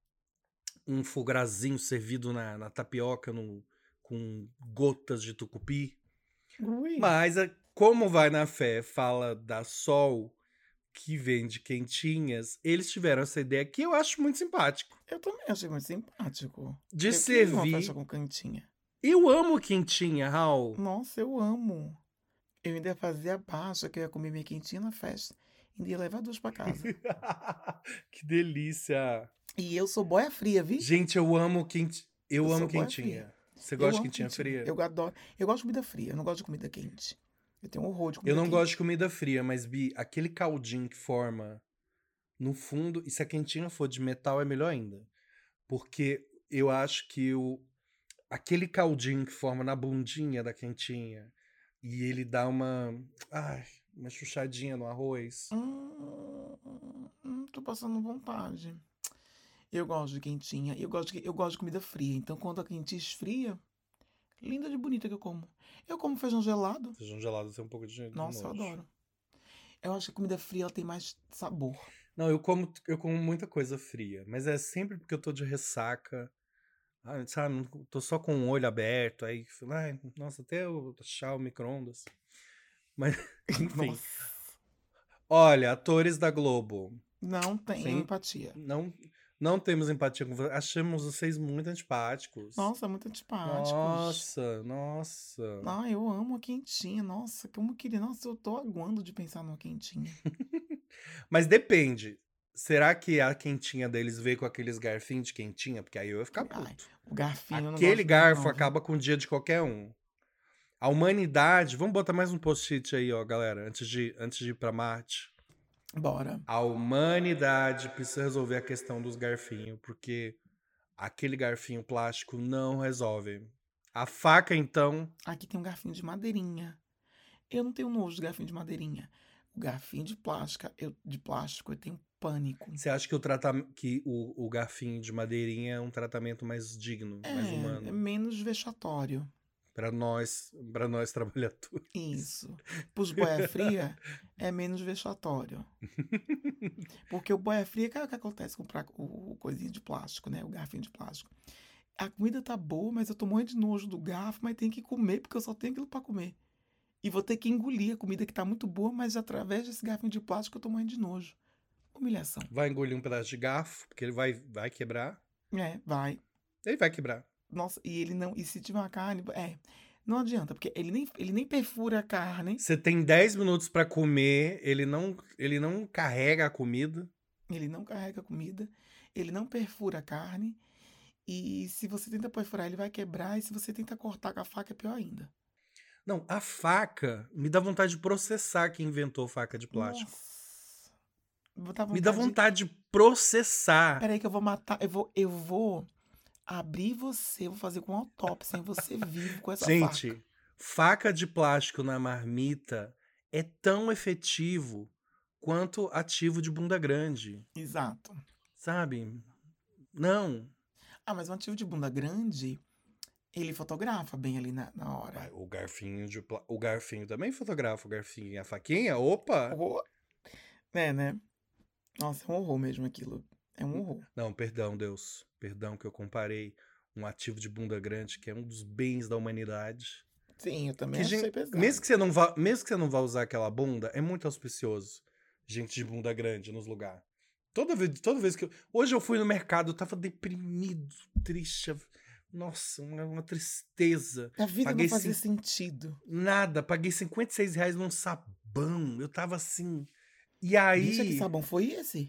Um fogazinho servido na tapioca com gotas de tucupi. Ui. Mas como Vai na Fé fala da Sol, que vende quentinhas, eles tiveram essa ideia que eu acho muito simpático. Eu também achei muito simpático. De eu servir... uma festa com quentinha. Eu amo quentinha, Raul. Nossa, eu amo. Eu ainda fazia baixa que eu ia comer minha quentinha na festa. Ainda ia levar 2 pra casa. Que delícia. E eu sou boia fria, viu? Gente, eu amo quentinha. Eu amo quentinha. Fria. Você gosta de quentinha fria? Eu adoro. Eu gosto de comida fria, eu não gosto de comida quente. Eu tenho horror de comida Eu não quente. gosto de comida fria, mas, Bi, aquele caldinho que forma no fundo, e se a quentinha for de metal é melhor ainda. Porque eu acho que aquele caldinho que forma na bundinha da quentinha e ele dá uma chuchadinha no arroz. Tô passando vontade. Eu gosto de quentinha. Eu gosto de comida fria. Então, quando a quentinha esfria, linda de bonita que eu como. Eu como feijão gelado. Feijão gelado tem um pouco de Nossa, eu adoro. Eu acho que a comida fria ela tem mais sabor. Não, eu como muita coisa fria. Mas é sempre porque eu tô de ressaca. Sabe, tô só com o olho aberto. Aí, nossa, até eu achar o micro-ondas. Mas, enfim. Nossa. Olha, atores da Globo. Não tem empatia. Não temos empatia com vocês. Achamos vocês muito antipáticos. Nossa, muito antipáticos. Nossa. Eu amo a quentinha. Nossa, como eu queria. Nossa, eu tô aguando de pensar numa quentinha. Mas depende. Será que a quentinha deles veio com aqueles garfinhos de quentinha? Porque aí eu ia ficar puto. O garfinho Aquele garfo acaba com o dia de qualquer um. A humanidade... Vamos botar mais um post-it aí, ó, galera. Antes de ir pra Marte. Bora. A humanidade precisa resolver a questão dos garfinhos, porque aquele garfinho plástico não resolve. A faca, então... Aqui tem um garfinho de madeirinha. Eu não tenho nojo de garfinho de madeirinha. O garfinho de plástico, eu tenho pânico. Você acha que o garfinho de madeirinha é um tratamento mais digno, mais humano? É menos vexatório. Para nós trabalhadores. Isso. Pros boia fria, é menos vexatório. Porque o boia fria, o que acontece com o coisinho de plástico, né? O garfinho de plástico. A comida tá boa, mas eu tô morrendo de nojo do garfo, mas tenho que comer, porque eu só tenho aquilo pra comer. E vou ter que engolir a comida que tá muito boa, mas através desse garfinho de plástico eu tô morrendo de nojo. Humilhação. Vai engolir um pedaço de garfo, porque ele vai quebrar. Vai. Ele vai quebrar. Nossa, e se tiver uma carne, não adianta, porque ele nem perfura a carne. Você tem 10 minutos pra comer, ele não carrega a comida. Ele não carrega comida, ele não perfura a carne. E se você tenta perfurar, ele vai quebrar. E se você tenta cortar com a faca, é pior ainda. Não, a faca me dá vontade de processar quem inventou faca de plástico. Nossa. Me dá vontade de processar. Peraí que eu vou matar. Eu vou abrir você, vou fazer com uma autópsia em você vivo com essa faca. Gente, faca de plástico na marmita é tão efetivo quanto ativo de bunda grande. Exato. Sabe? Não. Mas um ativo de bunda grande, ele fotografa bem ali na hora. O garfinho também fotografa. O garfinho e a faquinha? Opa! Né? Nossa, é um horror mesmo aquilo. É um horror. Não, perdão, Deus. Perdão que eu comparei um ativo de bunda grande, que é um dos bens da humanidade. Sim, eu também achei pesado. Mesmo que você não vá usar aquela bunda, é muito auspicioso. Gente de bunda grande nos lugares. Toda vez que hoje eu fui no mercado, eu tava deprimido, triste. Nossa, uma tristeza. A vida não fazia sentido. Nada, paguei R$56 num sabão. Eu tava assim. E aí. Bicha, que sabão foi esse?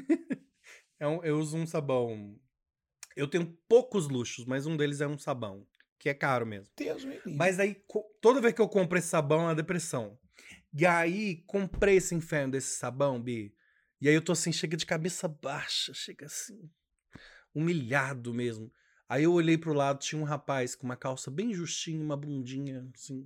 Eu uso um sabão. Eu tenho poucos luxos, mas um deles é um sabão, que é caro mesmo. Deus me livre. Mas aí, toda vez que eu compro esse sabão, é uma depressão. E aí, comprei esse inferno desse sabão, Bi. E aí eu tô assim, chega de cabeça baixa, chega assim, humilhado mesmo. Aí eu olhei pro lado, tinha um rapaz com uma calça bem justinha, uma bundinha, assim,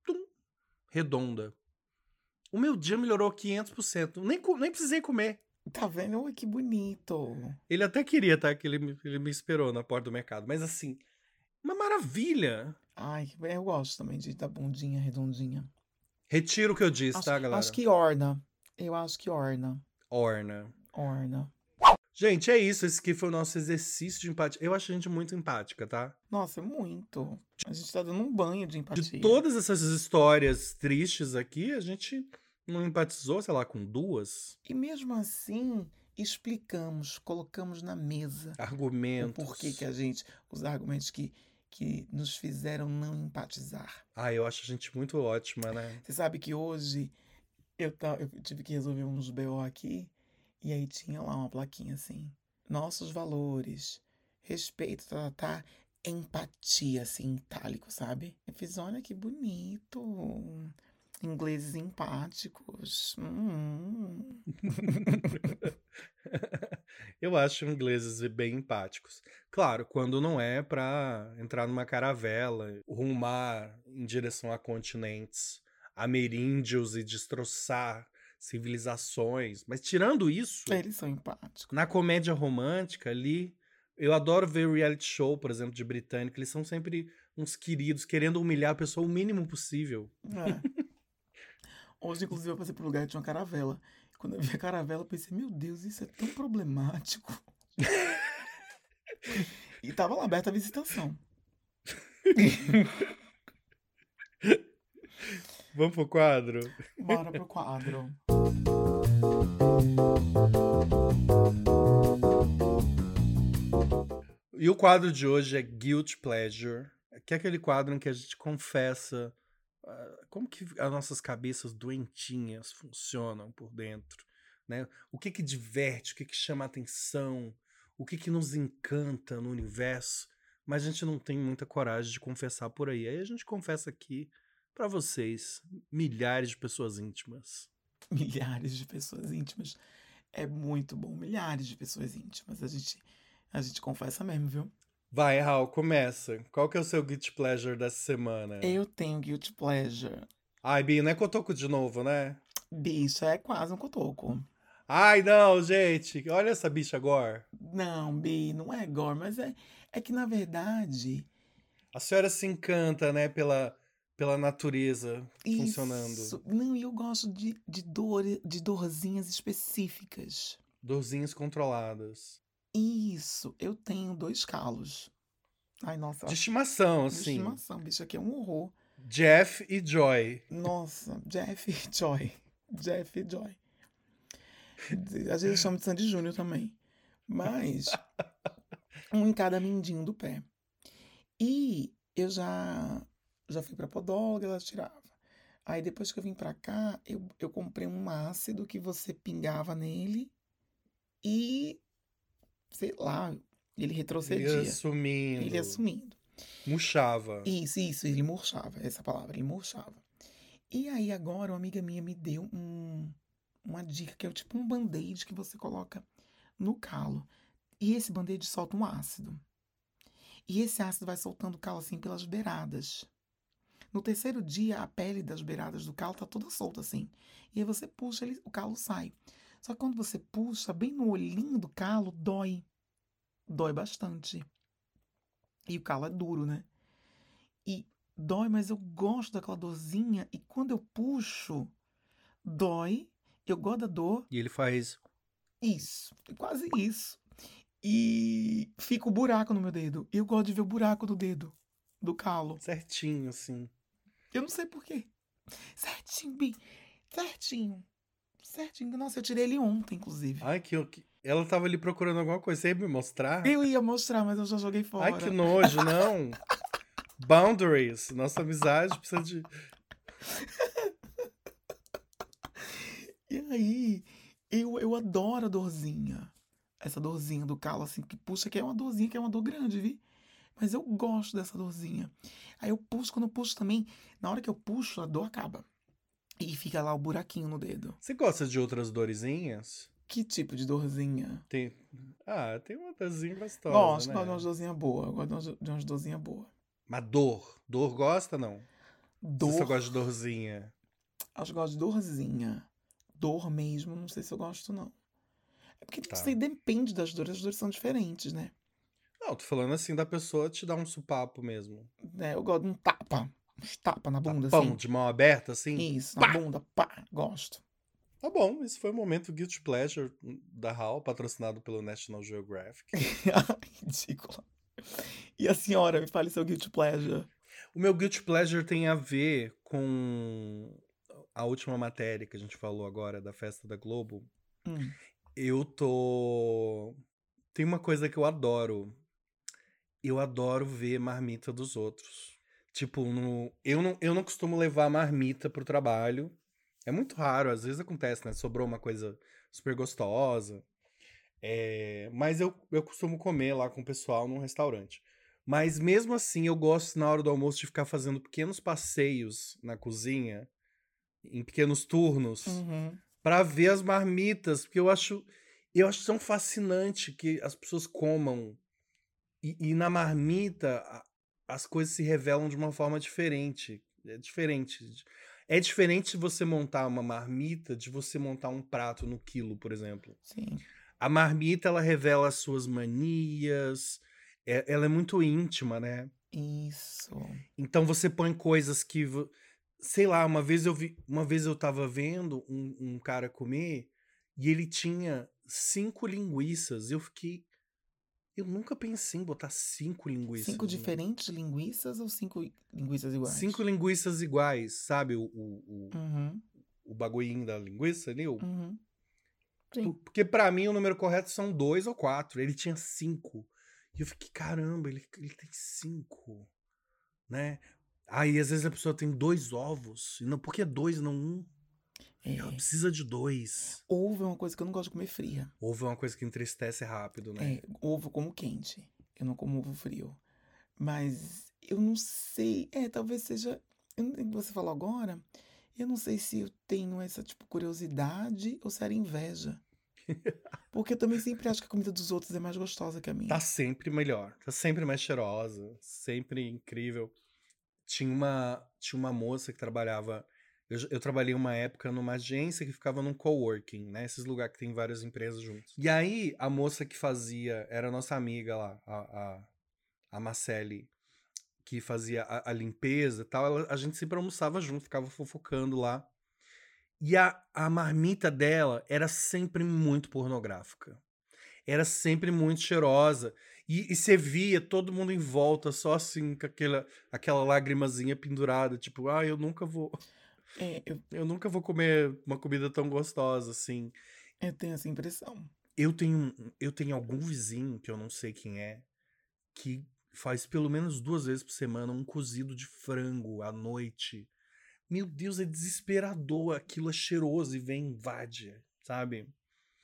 redonda. O meu dia melhorou 500%. Nem precisei comer. Tá vendo? Ui, que bonito. Ele até queria, tá? Que ele me esperou na porta do mercado. Mas assim, uma maravilha. Ai, eu gosto também da bundinha redondinha. Retiro o que eu disse, tá, galera? Acho que orna. Eu acho que orna. Orna. Gente, é isso. Esse aqui foi o nosso exercício de empatia. Eu acho a gente muito empática, tá? Nossa, muito. A gente tá dando um banho de empatia. De todas essas histórias tristes aqui, a gente não empatizou, sei lá, com 2. E mesmo assim, explicamos, colocamos na mesa argumentos. O porquê que os argumentos que nos fizeram não empatizar. Eu acho a gente muito ótima, né? Você sabe que hoje eu tive que resolver uns BO aqui, e aí tinha lá uma plaquinha assim, nossos valores, respeito, empatia, assim, em itálico, sabe? Eu fiz, olha que bonito, ingleses empáticos. Eu acho ingleses bem empáticos. Claro, quando não é pra entrar numa caravela, rumar em direção a continentes ameríndios e destroçar civilizações. Mas tirando isso... Eles são empáticos. Na comédia romântica ali, eu adoro ver reality show, por exemplo, de britânico. Eles são sempre uns queridos, querendo humilhar a pessoa o mínimo possível. Hoje, inclusive, eu passei por um lugar que tinha uma caravela. Quando eu vi a caravela, eu pensei, meu Deus, isso é tão problemático. E tava lá aberta a visitação. Vamos pro quadro? Bora pro quadro. E o quadro de hoje é Guilty Pleasure, que é aquele quadro em que a gente confessa como que as nossas cabeças doentinhas funcionam por dentro, né? O que diverte, o que chama a atenção, o que nos encanta no universo, mas a gente não tem muita coragem de confessar por aí. Aí a gente confessa aqui pra vocês, milhares de pessoas íntimas. Milhares de pessoas íntimas. É muito bom, milhares de pessoas íntimas. A gente confessa mesmo, viu? Vai, Raul, começa. Qual que é o seu Guilty Pleasure dessa semana? Eu tenho Guilty Pleasure. Ai, Bi, não é cotoco de novo, né? Bicho, é quase um cotoco. Ai, não, gente. Olha essa bicha agora. Não, Bi, não é gore, mas é que, na verdade... A senhora se encanta, né, pela natureza funcionando. Isso. Não, e eu gosto de dorzinhas específicas. Dorzinhas controladas. Isso. Eu tenho 2 calos. Ai, nossa. De estimação, assim. De estimação, bicho. Aqui é um horror. Jeff e Joy. Nossa, Jeff e Joy. Jeff e Joy. Às vezes eu chamo de Sandy Júnior também. Mas, um em cada mindinho do pé. E eu já fui pra podóloga, ela tirava. Aí depois que eu vim pra cá, eu comprei um ácido que você pingava nele E, sei lá, ele retrocedia. Ele assumindo. Murchava. Isso, ele murchava, essa palavra, ele murchava. E aí agora uma amiga minha me deu uma dica, que é tipo um band-aid que você coloca no calo. E esse band-aid solta um ácido. E esse ácido vai soltando o calo assim pelas beiradas. No terceiro dia, a pele das beiradas do calo tá toda solta assim. E aí você puxa, o calo sai. Só que quando você puxa, bem no olhinho do calo, dói. Dói bastante. E o calo é duro, né? E dói, mas eu gosto daquela dorzinha. E quando eu puxo, dói. Eu gosto da dor. E ele faz... Isso, quase isso. E fica o buraco no meu dedo. Eu gosto de ver o buraco do dedo, do calo. Certinho, assim. Eu não sei porquê. Certinho, Bi. Certinho. Nossa, eu tirei ele ontem, inclusive. Ai, ela tava ali procurando alguma coisa. Você ia me mostrar? Eu ia mostrar, mas eu já joguei fora. Ai, que nojo, não. Boundaries. Nossa amizade precisa de... E aí, eu adoro a dorzinha. Essa dorzinha do calo, assim, que puxa, que é uma dorzinha, que é uma dor grande, viu? Mas eu gosto dessa dorzinha. Aí eu puxo, quando eu puxo também, na hora que eu puxo, a dor acaba. E fica lá o buraquinho no dedo. Você gosta de outras dorzinhas? Que tipo de dorzinha? Tem uma dorzinha gostosa, Gosto, né? gosto de umas dorzinhas boas. Eu gosto de umas dorzinhas boas. Mas dor? Dor gosta, não? Dor? Você só gosta de dorzinha? Acho que gosto de dorzinha. Dor mesmo, não sei se eu gosto, não. É porque, não sei, depende das dores. As dores são diferentes, né? Não, tô falando assim da pessoa te dar um supapo mesmo. Eu gosto de um tapa. Uns tapa na bunda, Tapão, assim. de mão aberta, assim? Isso, na bunda, pá. Gosto. Tá bom, esse foi o momento Guilty Pleasure da HAL, patrocinado pelo National Geographic. Ridícula. E a senhora, me fale seu guilty pleasure. O meu Guilty Pleasure tem a ver com a última matéria que a gente falou agora, da festa da Globo. Tem uma coisa que eu adoro. Eu adoro ver marmita dos outros. Tipo, eu não costumo levar marmita pro trabalho. É muito raro, às vezes acontece, né? Sobrou uma coisa super gostosa. Mas eu costumo comer lá com o pessoal num restaurante. Mas mesmo assim, eu gosto na hora do almoço de ficar fazendo pequenos passeios na cozinha, em pequenos turnos, pra ver as marmitas, porque eu acho tão fascinante que as pessoas comam. E na marmita, as coisas se revelam de uma forma diferente. É diferente. É diferente de você montar uma marmita de você montar um prato no quilo, por exemplo. Sim. A marmita, ela revela as suas manias. Ela é muito íntima, né? Isso. Então você põe coisas que... Sei lá, uma vez eu tava vendo um cara comer e ele tinha 5 linguiças. Eu nunca pensei em botar 5 linguiças. 5 diferentes linguiças ou 5 linguiças iguais? 5 linguiças iguais, sabe? O bagulhinho da linguiça ali? Sim. Porque pra mim o número correto são 2 ou 4. Ele tinha 5. E eu fiquei, caramba, ele tem 5, né? Aí às vezes a pessoa tem 2 ovos. E não, por que 2 e não 1? Ela precisa de 2. Ovo é uma coisa que eu não gosto de comer fria. Ovo é uma coisa que entristece rápido, né? Ovo eu como quente. Eu não como ovo frio. Mas eu não sei. Talvez seja... Você falou agora, eu não sei se eu tenho essa, tipo, curiosidade ou se era inveja. Porque eu também sempre acho que a comida dos outros é mais gostosa que a minha. Tá sempre melhor. Tá sempre mais cheirosa. Sempre incrível. Tinha uma moça que trabalhava... Eu trabalhei uma época numa agência que ficava num coworking, né? Esses lugares que tem várias empresas juntos. E aí, a moça que fazia... Era a nossa amiga lá, a Marcele, que fazia a limpeza e tal. A gente sempre almoçava junto, ficava fofocando lá. E a marmita dela era sempre muito pornográfica. Era sempre muito cheirosa. E você via todo mundo em volta, só assim, com aquela lagrimazinha pendurada. Tipo, eu nunca vou... Eu nunca vou comer uma comida tão gostosa, assim. Eu tenho essa impressão. Eu tenho algum vizinho, que eu não sei quem é, que faz pelo menos 2 vezes por semana um cozido de frango à noite. Meu Deus, é desesperador. Aquilo é cheiroso e vem invade, sabe?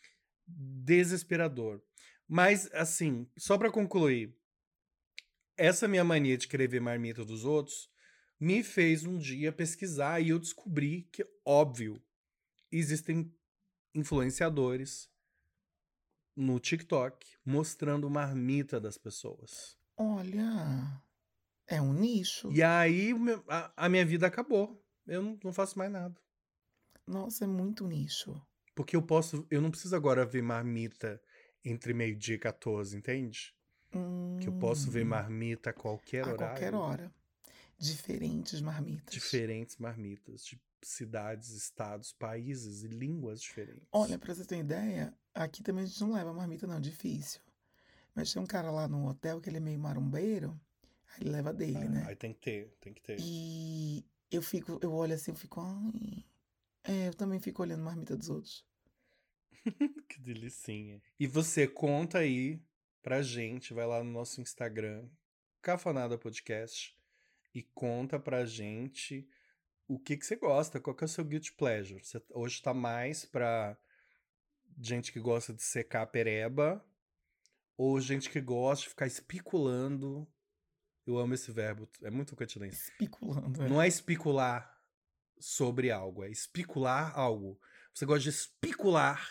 desesperador. Mas, assim, só pra concluir, essa minha mania de querer ver marmita dos outros me fez um dia pesquisar e eu descobri que, óbvio, existem influenciadores no TikTok mostrando marmita das pessoas. Olha, é um nicho. E aí a minha vida acabou. Eu não faço mais nada. Nossa, é muito nicho. Porque eu não preciso agora ver marmita entre meio-dia e 14, entende? Que eu posso ver marmita a qualquer horário. qualquer hora. Diferentes marmitas. Diferentes marmitas, de cidades, estados, países e línguas diferentes. Olha, pra você ter uma ideia, aqui também a gente não leva marmita, não, difícil. Mas tem um cara lá no hotel que ele é meio marombeiro, aí ele leva dele, né? Aí tem que ter. E eu olho assim, eu fico, ai. Eu também fico olhando marmita dos outros. Que delicinha. E você conta aí pra gente, vai lá no nosso Instagram, Cafonada Podcast, e conta pra gente o que você gosta, qual que é o seu guilty pleasure. Você hoje tá mais pra gente que gosta de secar a pereba, ou gente que gosta de ficar especulando. Eu amo esse verbo, é muito coincidência. Especulando, Não é especular sobre algo, é especular algo. Você gosta de especular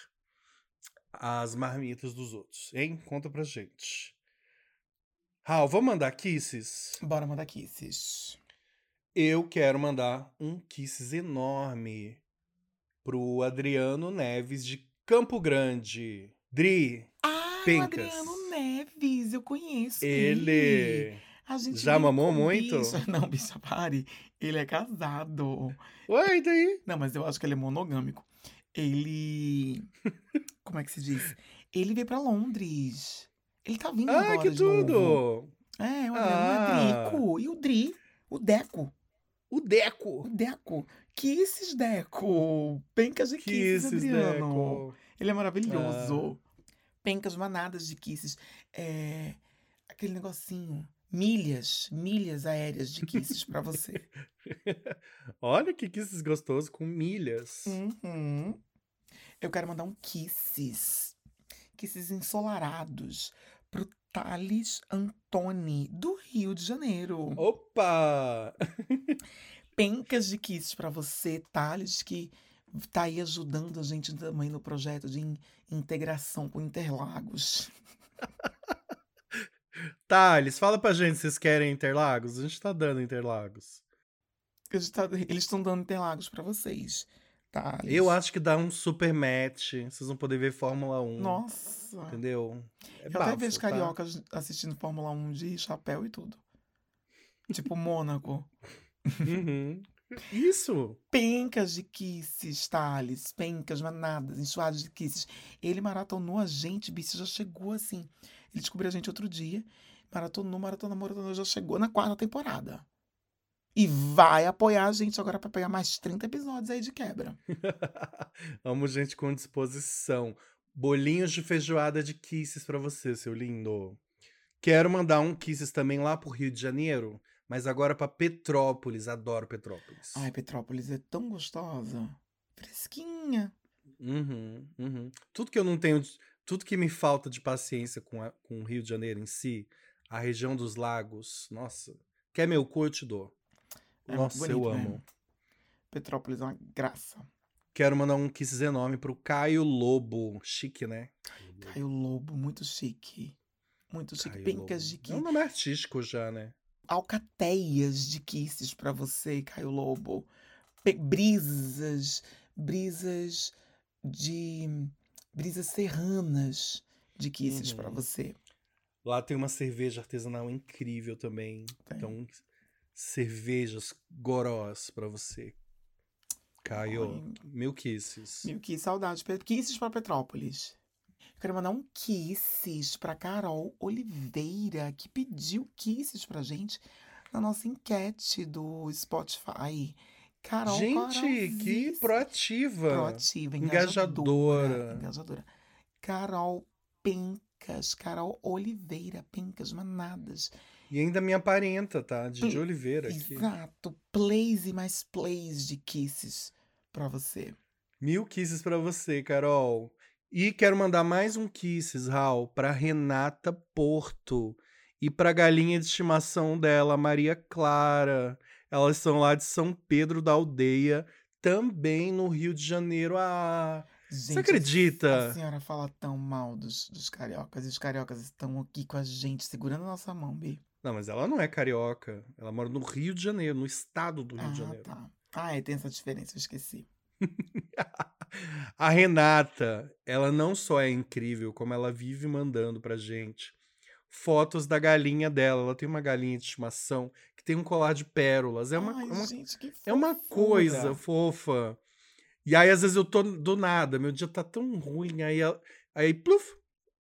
as marmitas dos outros, hein? Conta pra gente. Raul, vamos mandar kisses? Bora mandar kisses. Eu quero mandar um kisses enorme pro Adriano Neves de Campo Grande. Dri, Pencas. O Adriano Neves, eu conheço Ele A gente já mamou brincou, muito? bicha. Não, bicha, pare. Ele é casado. Ué, e daí? Não, mas eu acho que ele é monogâmico. Ele... Como é que se diz? Ele veio pra Londres. Ele tá vindo agora Que de novo. tudo! O Adriano é Drico. E o Dri? O Deco. O Deco! O Deco. Kisses, Deco. Pencas de kisses, Adriano. Deco. Ele é maravilhoso. Pencas, manadas de kisses. Aquele negocinho. Milhas aéreas de kisses pra você. Olha que kisses gostoso com milhas. Uhum. Eu quero mandar um kisses ensolarados pro Thales Antoni, do Rio de Janeiro. Opa! Pencas de kisses pra você, Thales, que tá aí ajudando a gente também no projeto de integração com Interlagos. Thales, fala pra gente se vocês querem Interlagos. A gente tá dando Interlagos. Eles estão dando Interlagos pra vocês, Thales. Eu acho que dá um super match. Vocês vão poder ver Fórmula 1. Nossa. Entendeu? Eu até vejo cariocas assistindo Fórmula 1 de chapéu e tudo. Tipo Mônaco. Uhum. Isso! Pencas de kisses, Thales. Pencas, manadas, enxuadas de kisses. Ele maratonou a gente, bicho, já chegou assim. Ele descobriu a gente outro dia. Maratonou, já chegou na 4ª temporada. E vai apoiar a gente agora pra pegar mais 30 episódios aí de quebra. Amo gente com disposição. Bolinhos de feijoada de kisses pra você, seu lindo. Quero mandar um kisses também lá pro Rio de Janeiro, mas agora pra Petrópolis. Adoro Petrópolis. Ai, Petrópolis é tão gostosa. Fresquinha. Uhum. Tudo que eu não tenho, tudo que me falta de paciência com o Rio de Janeiro em si, a região dos lagos, nossa. Quer meu cu, eu te dou. Nossa, bonito, eu amo. né? Petrópolis é uma graça. Quero mandar um kisses enorme pro Caio Lobo. Chique, né? Caio Lobo, muito chique. Muito chique. Caio Pencas Lobo. de kisses. É um nome artístico já, né? Alcateias de kisses pra você, Caio Lobo. Brisas serranas de kisses pra você. Lá tem uma cerveja artesanal incrível também. Tem. Então, cervejas gorós pra você. Caio, mil kisses. Mil kisses, saudades. Kisses pra Petrópolis. Eu quero mandar um kisses pra Carol Oliveira, que pediu kisses pra gente na nossa enquete do Spotify. Carol, gente, que proativa. Proativa, engajadora. Carol Pencas, Carol Oliveira, Pencas, manadas. E ainda me aparenta, tá? De Oliveira aqui. Exato. Plays e mais plays de kisses pra você. 1000 kisses pra você, Carol. E quero mandar mais um kisses, Raul, pra Renata Porto e pra galinha de estimação dela, Maria Clara. Elas são lá de São Pedro da Aldeia, também no Rio de Janeiro. Ah, você Gente, acredita? a senhora fala tão mal dos cariocas. E os cariocas estão aqui com a gente, segurando a nossa mão, Bi. Não, mas ela não é carioca. Ela mora no Rio de Janeiro, no estado do Rio de Janeiro. Tá. Ah, tem essa diferença, eu esqueci. A Renata, ela não só é incrível, como ela vive mandando pra gente fotos da galinha dela. Ela tem uma galinha de estimação que tem um colar de pérolas. Gente, que é uma coisa fofa. E aí, às vezes, eu tô do nada, meu dia tá tão ruim. Aí pluf,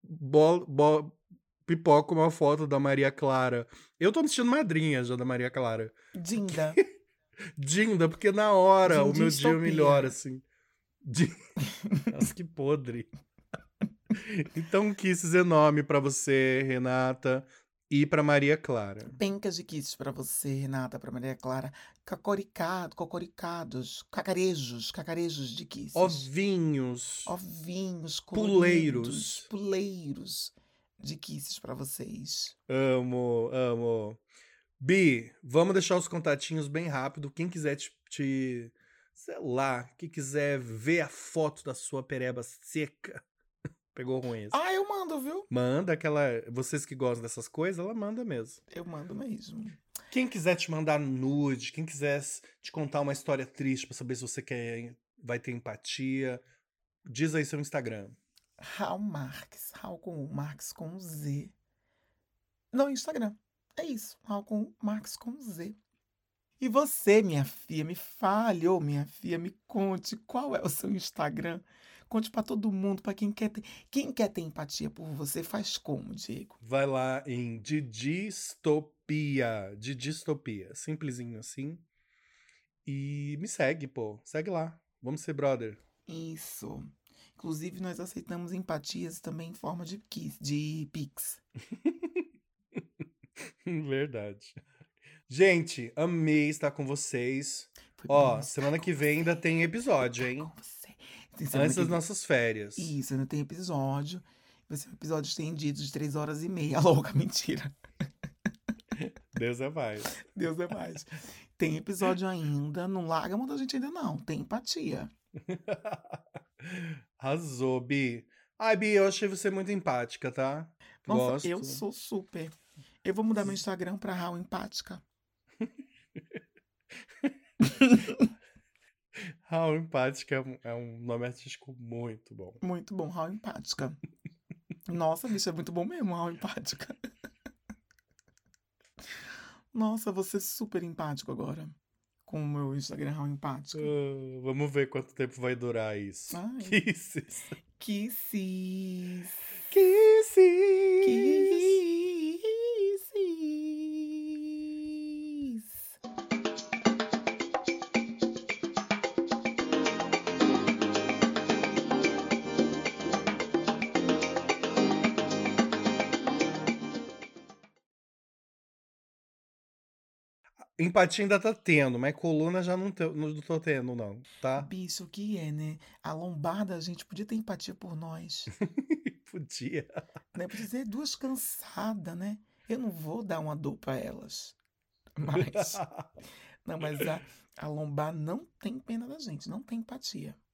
pipoca uma foto da Maria Clara. Eu tô me sentindo madrinha já da Maria Clara. Dinda. Dinda, porque na hora o meu dia Distopia. melhora, assim. Nossa, que podre. Então, kisses enorme pra você, Renata, e pra Maria Clara. Pencas de kisses pra você, Renata, pra Maria Clara. Cocoricados, cacarejos de kisses. Ovinhos. Coloridos, puleiros de kisses pra vocês. Amo. Bi, vamos deixar os contatinhos bem rápido. Quem quiser sei lá, quem quiser ver a foto da sua pereba seca. Pegou ruim isso. Eu mando, viu? Manda vocês que gostam dessas coisas, ela manda mesmo. Eu mando mesmo. Quem quiser te mandar nude, quem quiser te contar uma história triste pra saber se você vai ter empatia, diz aí seu Instagram. Raul Marques. Raul com U, Marques com Z. No Instagram. É isso. Raul com Marques com Z. E você, minha filha, me fale, minha filha, me conte qual é o seu Instagram. Conte pra todo mundo, pra quem quer ter empatia por você, faz como, Diego? Vai lá em Didistopia, simplesinho assim. E me segue, pô, segue lá. Vamos ser brother. Isso. Inclusive, nós aceitamos empatias também em forma de Pix. Verdade. Gente, amei estar com vocês. Semana que vem ainda tem episódio, hein? Com você. Antes das nossas férias. Isso, ainda tem episódio. Vai ser um episódio estendido de 3h30. Louca, mentira. Deus é mais. Deus é mais. Tem episódio ainda. Não larga a mão da gente ainda, não. Tem empatia. Arrasou, Bi. Ai, Bi, eu achei você muito empática, tá? Nossa, Gosto. eu sou super. Eu vou mudar meu Instagram pra Raul Empática. Raul Empática é um nome artístico muito bom. Muito bom, Raul Empática. Nossa, bicho, é muito bom mesmo, Raul Empática. Nossa, vou ser super empático agora. Com o meu Instagram Raul Empática. Vamos ver quanto tempo vai durar isso. Ai. Kisses. Kisses. Empatia ainda tá tendo, mas coluna já não tô tendo, não, tá? Bicho, o que é, né? A lombarda, a gente podia ter empatia por nós. Podia. Né? Podia ser duas cansadas, né? Eu não vou dar uma dor pra elas. Mas a lombar não tem pena da gente, não tem empatia.